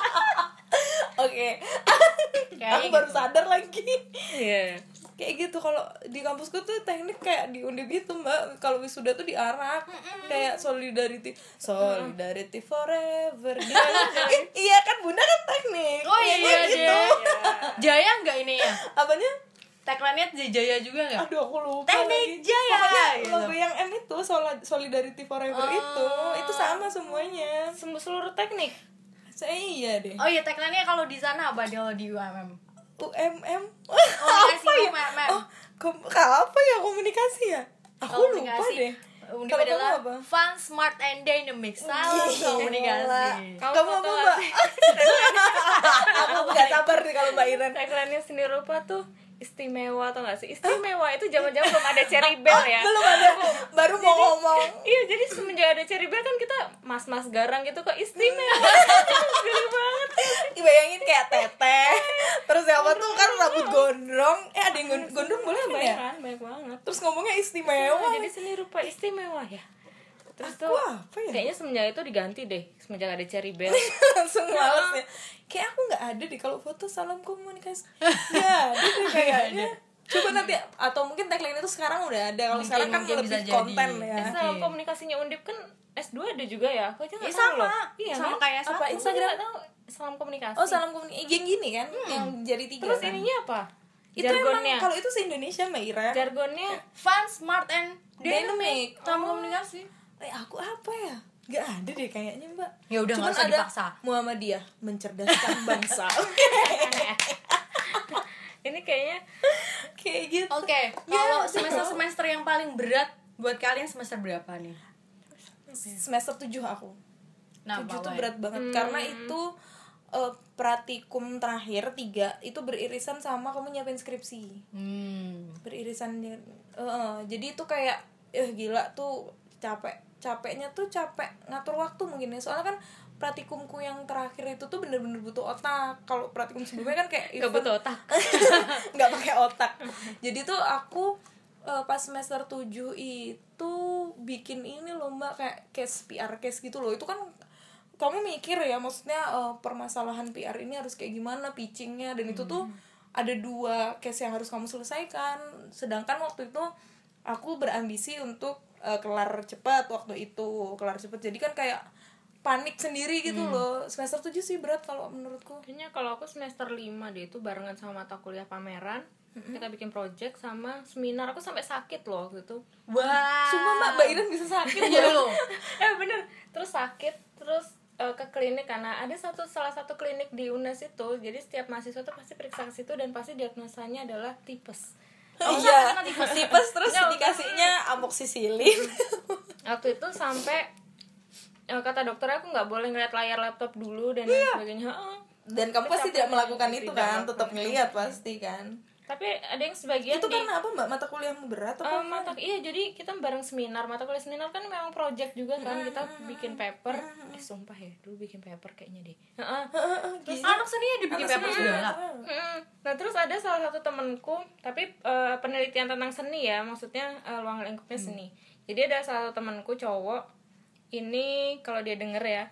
Speaker 1: Oke.
Speaker 2: Kayaknya
Speaker 1: Aku baru
Speaker 2: gitu.
Speaker 1: sadar lagi.
Speaker 3: Iya.
Speaker 1: Kayak gitu, kalau di kampusku tuh teknik kayak di Undip itu Mbak, kalau wisuda tuh diarak kayak solidarity forever. Iya kan, Bunda kan teknik.
Speaker 2: Oh iya
Speaker 1: gitu.
Speaker 2: deh. Jaya nggak ini ya?
Speaker 1: Apanya?
Speaker 2: Tagline-nya Jaya juga nggak?
Speaker 1: Aduh, aku lupa
Speaker 2: Teknik
Speaker 1: lagi.
Speaker 2: Jaya,
Speaker 1: Pokoknya
Speaker 2: gitu.
Speaker 1: logo yang M itu solidarity forever itu sama semuanya.
Speaker 3: Seluruh teknik.
Speaker 1: Iya deh.
Speaker 2: Oh iya tagline-nya kalau di sana apa kalau di UMM?
Speaker 1: UMM.
Speaker 2: Komunikasi UMM.
Speaker 1: Apa ya komunikasi ya? Aku lupa deh.
Speaker 2: Undip
Speaker 1: Kalau
Speaker 2: adalah
Speaker 1: kamu apa?
Speaker 2: fun, smart, and dynamic. Salam komunikasi.
Speaker 1: Kamu apa Mbak? Aku nggak sabar nih kalau Mbak Iren.
Speaker 3: Tagline-nya seni rupa tuh istimewa, atau nggak sih? Istimewa itu zaman-zaman belum ada Cherry Bell ya.
Speaker 1: Belum ada, baru mau ngomong.
Speaker 3: Iya, jadi semenjak ada Cherry Bell kan kita mas-mas garang gitu kok istimewa. Geli banget.
Speaker 1: Bayangin kayak teteh, ya?
Speaker 3: Banyak banget.
Speaker 1: Terus ngomongnya istimewa.
Speaker 3: Jadi seni rupa istimewa ya. Terus tuh
Speaker 1: apa ya?
Speaker 3: kayaknya semenjak itu diganti deh, semenjak ada Cherry Bell.
Speaker 1: Langsung males ya. Kayak aku nggak ada deh kalau foto salam komunikasi. Nggak ada deh kayaknya. Coba nanti, atau mungkin tagline itu sekarang udah ada. Kalau sekarang kan
Speaker 2: mungkin
Speaker 1: lebih
Speaker 2: bisa
Speaker 1: konten
Speaker 2: jadi.
Speaker 1: ya.
Speaker 3: Salam komunikasinya Undip kan S2 ada juga ya. Aku aja nggak tahu
Speaker 2: sama.
Speaker 3: loh. Iya
Speaker 2: Sama
Speaker 3: kan?
Speaker 2: kayak
Speaker 1: Apa
Speaker 2: satu.
Speaker 1: Instagram?
Speaker 3: Nggak tahu salam komunikasi.
Speaker 1: Oh, salam komunikasi yang gini kan, yang jari 3.
Speaker 3: Terus
Speaker 1: kan?
Speaker 3: ininya apa?
Speaker 1: Itu
Speaker 3: Jargonnya.
Speaker 1: emang kalau itu se-Indonesia Mbak Ira.
Speaker 3: Jargonnya
Speaker 2: Fun, smart, and
Speaker 1: Dynamic.
Speaker 2: sama komunikasi.
Speaker 1: Aku apa ya? Gak ada deh kayaknya Mbak.
Speaker 2: Ya udah,
Speaker 1: Cuman
Speaker 2: nggak usah
Speaker 1: ada
Speaker 2: dipaksa.
Speaker 1: Muhammadiyah, mencerdaskan bangsa.
Speaker 3: ini kayaknya
Speaker 1: Kayak gitu.
Speaker 2: Oke, kalau semester yang paling berat buat kalian semester berapa nih?
Speaker 1: Semester 7 aku. 7 tuh
Speaker 2: Bawah ya?
Speaker 1: berat banget karena itu pratikum terakhir 3 itu beririsan sama kamu nyiapin skripsi. Beririsan jadi itu kayak gila tuh, capeknya tuh capek ngatur waktu mungkin ya. Soalnya kan pratikumku yang terakhir itu tuh bener-bener butuh otak. Kalau pratikum sebelumnya kan kayak
Speaker 3: nggak butuh otak.
Speaker 1: nggak pakai otak. Jadi tuh aku pas semester 7 itu bikin ini loh Mbak, kayak PR case gitu loh. Itu kan kamu mikir ya, maksudnya permasalahan PR ini harus kayak gimana pitchingnya, dan itu tuh ada 2 case yang harus kamu selesaikan. Sedangkan waktu itu aku berambisi untuk kelar cepat waktu itu, jadi kan kayak panik sendiri gitu loh. Semester 7 sih berat kalau menurutku.
Speaker 3: Kayaknya kalau aku semester 5 deh, itu barengan sama mata kuliah pameran. Kita bikin project sama seminar. Aku sampai sakit loh waktu itu.
Speaker 2: Wah.
Speaker 1: Sumpah Mbak Iren bisa sakit
Speaker 2: Iya loh.
Speaker 3: Bener. Terus sakit, terus ke klinik, karena ada salah satu klinik di UNES itu. Jadi setiap mahasiswa tuh pasti periksa ke situ dan pasti diagnosanya adalah tipes.
Speaker 1: Iya, tipes terus dikasihnya amoxicillin.
Speaker 3: Waktu itu sampai kata dokternya aku nggak boleh ngeliat layar laptop dulu dan sebagainya.
Speaker 1: Dan kamu pasti tidak melakukan itu kan, tetap ngelihat pasti kan.
Speaker 3: Tapi ada yang sebagian
Speaker 1: itu karena apa Mbak? Mata kuliahmu berat apa?
Speaker 3: Iya, jadi kita bareng seminar. Mata kuliah seminar kan memang project juga kan. Kita bikin paper. Sumpah ya, dulu bikin paper kayaknya deh.
Speaker 2: Terus anak seni dibikin paper segala.
Speaker 3: Nah, terus ada salah satu temenku, tapi penelitian tentang seni ya, maksudnya ruang lingkupnya seni. Jadi ada salah satu temenku cowok. Ini kalau dia denger ya,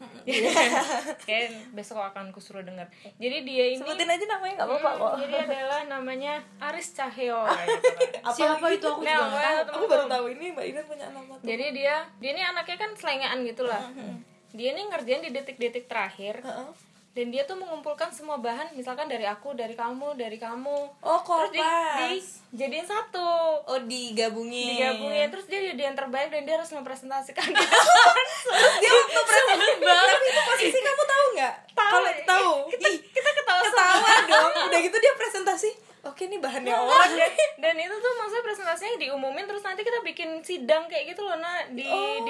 Speaker 3: kayak besok akan kusuruh denger. Jadi dia ini
Speaker 1: sebutin aja namanya, nggak apa-apa kok.
Speaker 3: Jadi adalah namanya Aris Cahyo gitu kan.
Speaker 2: Siapa itu aku juga nggak tahu.
Speaker 1: Aku baru tahu ini Mbak Ina punya nama tuh.
Speaker 3: Jadi dia ini anaknya kan selengean gitu lah. Dia ini ngerjain di detik-detik terakhir. Dan dia tuh mengumpulkan semua bahan, misalkan dari aku, dari kamu,
Speaker 1: Oh,
Speaker 3: terus
Speaker 1: kopas.
Speaker 3: jadiin satu.
Speaker 1: Oh, digabungin.
Speaker 3: Terus dia jadi yang terbaik dan dia harus mempresentasikan.
Speaker 1: Dia waktu presentasi. Tapi itu posisi kamu tahu nggak? Kalau tahu.
Speaker 3: Kita
Speaker 1: Ketawa dong. Udah gitu dia presentasi. Oke, ini bahannya orang.
Speaker 3: Dan itu tuh maksudnya presentasinya diumumin, terus nanti kita bikin sidang kayak gitu loh. Nah, di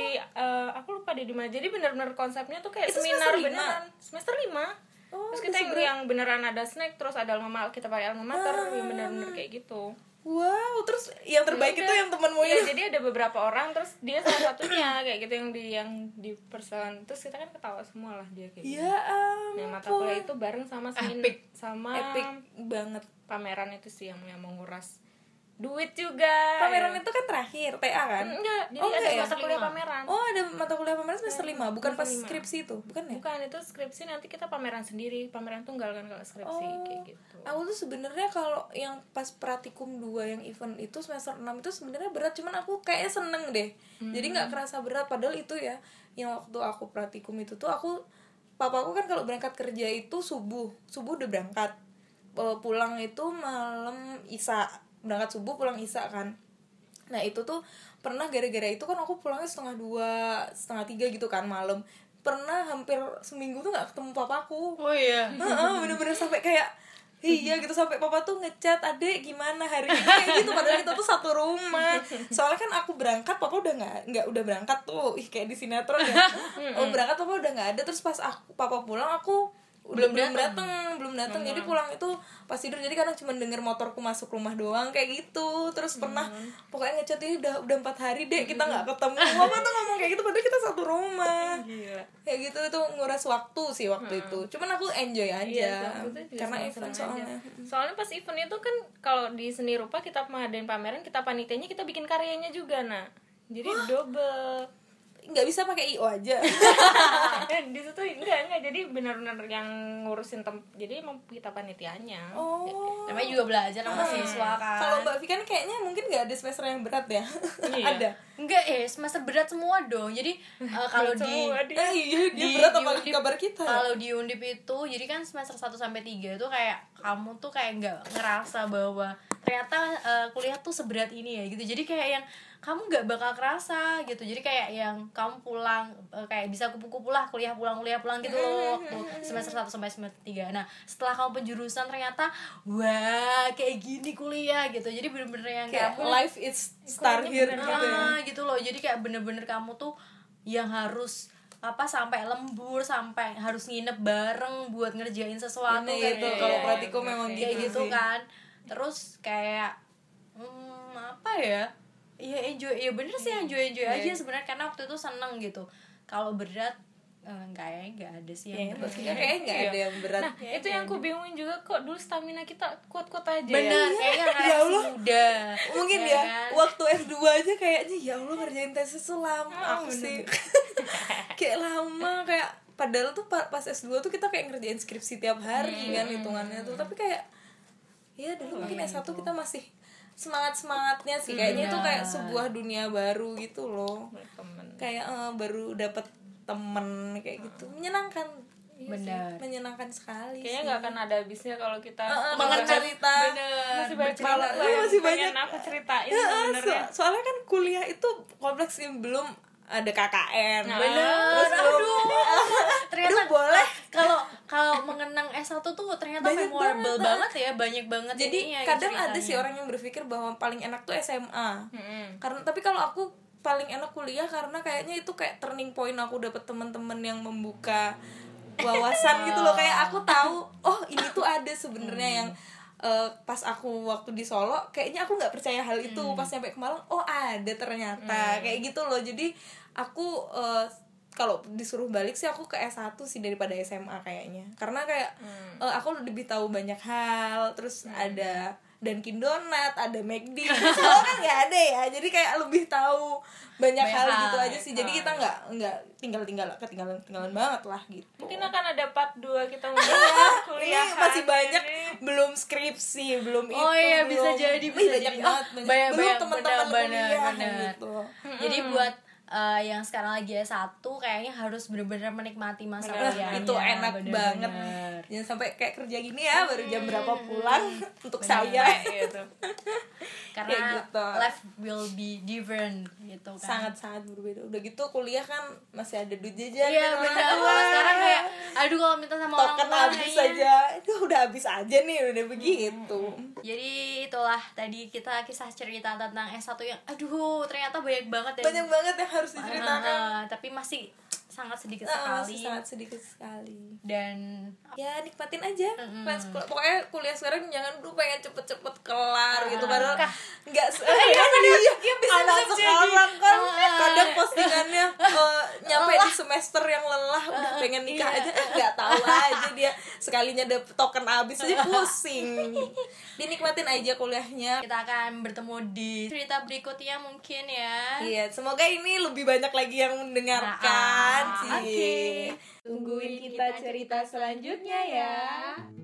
Speaker 3: aku lupa di mana. Jadi benar-benar konsepnya tuh kayak
Speaker 1: Itu
Speaker 3: seminar
Speaker 1: semester
Speaker 3: beneran. Semester 5. Terus kita yang beneran ada snack, terus ada kita pakai alma mater, yang benar-benar kayak gitu.
Speaker 1: Wow, terus yang terbaik itu yang temenmu
Speaker 3: ya,
Speaker 1: itu.
Speaker 3: jadi ada beberapa orang, terus dia salah satunya kayak gitu yang di persen. Terus kita kan ketawa semua lah dia kayak gitu.
Speaker 1: Ya ampun.
Speaker 3: Nah, mata kuliah itu bareng sama sama
Speaker 1: Epic banget.
Speaker 3: pameran itu sih yang menguras duit juga.
Speaker 1: Pameran itu kan terakhir, TA kan?
Speaker 3: Enggak, jadi
Speaker 1: Oh,
Speaker 3: ada
Speaker 1: enggak ya?
Speaker 3: mata kuliah pameran.
Speaker 1: Oh, ada mata kuliah pameran semester 5, bukan pas
Speaker 3: Semester 5.
Speaker 1: skripsi itu, bukan ya?
Speaker 3: Bukan, itu skripsi nanti kita pameran sendiri, pameran tunggal kan kalau skripsi kayak gitu.
Speaker 1: Aku tuh sebenarnya kalau yang pas pratikum 2 yang event itu semester 6 itu sebenarnya berat, cuman aku kayaknya seneng deh. Jadi nggak kerasa berat, padahal itu ya yang waktu aku pratikum itu tuh papaku kan kalau berangkat kerja itu subuh udah berangkat. Pulang itu malam Isya, berangkat subuh pulang Isya kan. Nah itu tuh pernah gara-gara itu kan aku pulangnya 1:30, 2:30 gitu kan malam. Pernah hampir seminggu tuh nggak ketemu papaku.
Speaker 2: Oh iya.
Speaker 1: Bener-bener sampai kayak iya gitu, sampai papa tuh ngechat, adek gimana hari ini kayak gitu, padahal kita tuh satu rumah. Soalnya kan aku berangkat papa udah nggak udah berangkat tuh, kayak di sinetron ya. Berangkat papa udah nggak ada, terus pas papa pulang aku belum datang jadi pulang itu pas tidur, jadi kadang cuma denger motorku masuk rumah doang kayak gitu. Terus pernah pokoknya ngechat ini udah 4 hari deh kita nggak ketemu. Mama tuh ngomong kayak gitu padahal kita satu rumah. Kayak gitu, itu nguras waktu sih waktu itu. Cuman aku enjoy aja karena event
Speaker 3: soalnya pas event itu kan kalau di seni rupa kita mengadain pameran, kita panitianya, kita bikin karyanya juga, nah jadi double.
Speaker 1: Nggak bisa pakai IO aja.
Speaker 3: Di situ enggak jadi benar-benar yang ngurusin jadi emang kita panitianya.
Speaker 2: Namanya juga belajar sama siswa kan.
Speaker 1: Kalau Mbak Vi kan kayaknya mungkin nggak ada semester yang berat ya. Ada
Speaker 2: enggak semester berat semua dong. Jadi kalau di
Speaker 1: berat apa kabar kita?
Speaker 2: Kalau di Undip itu jadi kan semester 1 sampai 3 itu kayak kamu tuh kayak nggak ngerasa bahwa ternyata kuliah tuh seberat ini ya gitu. Jadi kayak yang kamu nggak bakal kerasa gitu. Jadi kayak yang kamu pulang kayak bisa kupu-kupu lah, kuliah pulang gitu loh. Semester 1 sampai semester 3. Nah, setelah kamu penjurusan ternyata wah kayak gini kuliah gitu. Jadi bener-bener yang
Speaker 1: kayak
Speaker 2: kamu
Speaker 1: life is start here
Speaker 2: gitu loh. Jadi kayak bener-bener kamu tuh yang harus sampai lembur, sampai harus nginep bareng buat ngerjain sesuatu
Speaker 1: kayak gitu. Kalau praktikum memang
Speaker 2: kayak gitu kan. Terus kayak ya enjoy, ya bener sih enjoy aja sebenarnya, karena waktu itu seneng gitu. Kalau berat nggak ada sih yang berat.
Speaker 1: Kayaknya nggak ada yang berat.
Speaker 3: Nah itu yang aku bingungin juga, kok dulu stamina kita kuat-kuat aja.
Speaker 2: Bener kayaknya ya Allah muda
Speaker 1: mungkin ya kan? Waktu S2 aja kayaknya ya Allah ngerjain tesis tuh lama. Aku sih kayak lama, kayak padahal tuh pas S2 tuh kita kayak ngerjain skripsi tiap hari kan hitungannya tuh. Tapi kayak ya dulu mungkin S1 kita masih semangatnya sih kayaknya tuh kayak sebuah dunia baru gitu loh. Kayak baru dapet temen kayak gitu, menyenangkan.
Speaker 2: Benar.
Speaker 1: Menyenangkan sekali.
Speaker 3: Kayaknya nggak akan ada habisnya kalau kita
Speaker 1: cerita.
Speaker 3: Masih banyak aku ceritain sebenarnya.
Speaker 1: Soalnya kan kuliah itu kompleks, belum ada KKN.
Speaker 2: Bener. Ternyata
Speaker 1: boleh.
Speaker 2: Kalau mengenang S1 tuh ternyata memorable banget ya, banyak banget.
Speaker 1: Jadi kadang ada sih orang yang berpikir bahwa paling enak tuh SMA. Karena tapi kalau aku paling enak kuliah karena kayaknya itu kayak turning point, aku dapet teman-teman yang membuka wawasan gitu loh. Kayak aku tahu ini tuh ada sebenarnya yang pas aku waktu di Solo kayaknya aku nggak percaya hal itu. Pas nyampe ke Malang ada ternyata kayak gitu loh. Jadi aku kalau disuruh balik sih aku ke S1 sih daripada SMA kayaknya, karena kayak aku lebih tahu banyak hal. Terus ada Dunkin Donat, ada McD, semua kan nggak ada ya, jadi kayak lebih tahu banyak hal gitu aja sih. Jadi kita nggak ketinggalan banget lah gitu.
Speaker 3: Mungkin akan ada part 2 kita kuliah
Speaker 1: masih banyak ini. Belum skripsi, belum itu.
Speaker 2: Iya bisa jadi
Speaker 1: banyak banget belum teman-teman kuliah gitu.
Speaker 2: Jadi buat yang sekarang lagi S1 kayaknya harus benar-benar menikmati masa kuliahnya.
Speaker 1: Itu enak banget. Jangan sampai kayak kerja gini ya baru jam berapa pulang untuk saya gitu.
Speaker 2: Karena
Speaker 1: gitu.
Speaker 2: Life will be different gitu kan.
Speaker 1: Sangat-sangat berbeda. Udah gitu kuliah kan masih ada duit jajan.
Speaker 2: Iya benar. Sekarang kayak aduh kalau minta sama orang
Speaker 1: tua habis aja. Itu udah habis aja nih, udah begitu.
Speaker 2: Jadi itulah tadi kita kisah cerita tentang S1 yang aduh ternyata banyak banget ya.
Speaker 1: Banyak banget yang harus diceritakan.
Speaker 2: Tapi masih sangat sedikit sekali.
Speaker 1: Sangat sedikit sekali.
Speaker 2: Dan
Speaker 1: ya nikmatin aja. Pokoknya kuliah sekarang jangan dulu pengen cepet-cepet kelar gitu. Padahal nggak anak sekarang kan kadang postingannya nyampe di semester yang lelah udah pengen nikah aja, nggak tahu aja dia sekalinya dapet token habis aja pusing. Dinikmatin aja kuliahnya.
Speaker 2: Kita akan bertemu di cerita berikutnya mungkin ya.
Speaker 1: Iya, semoga ini lebih banyak lagi yang mendengarkan sih.
Speaker 2: Oke.
Speaker 3: Tungguin kita cerita selanjutnya ya.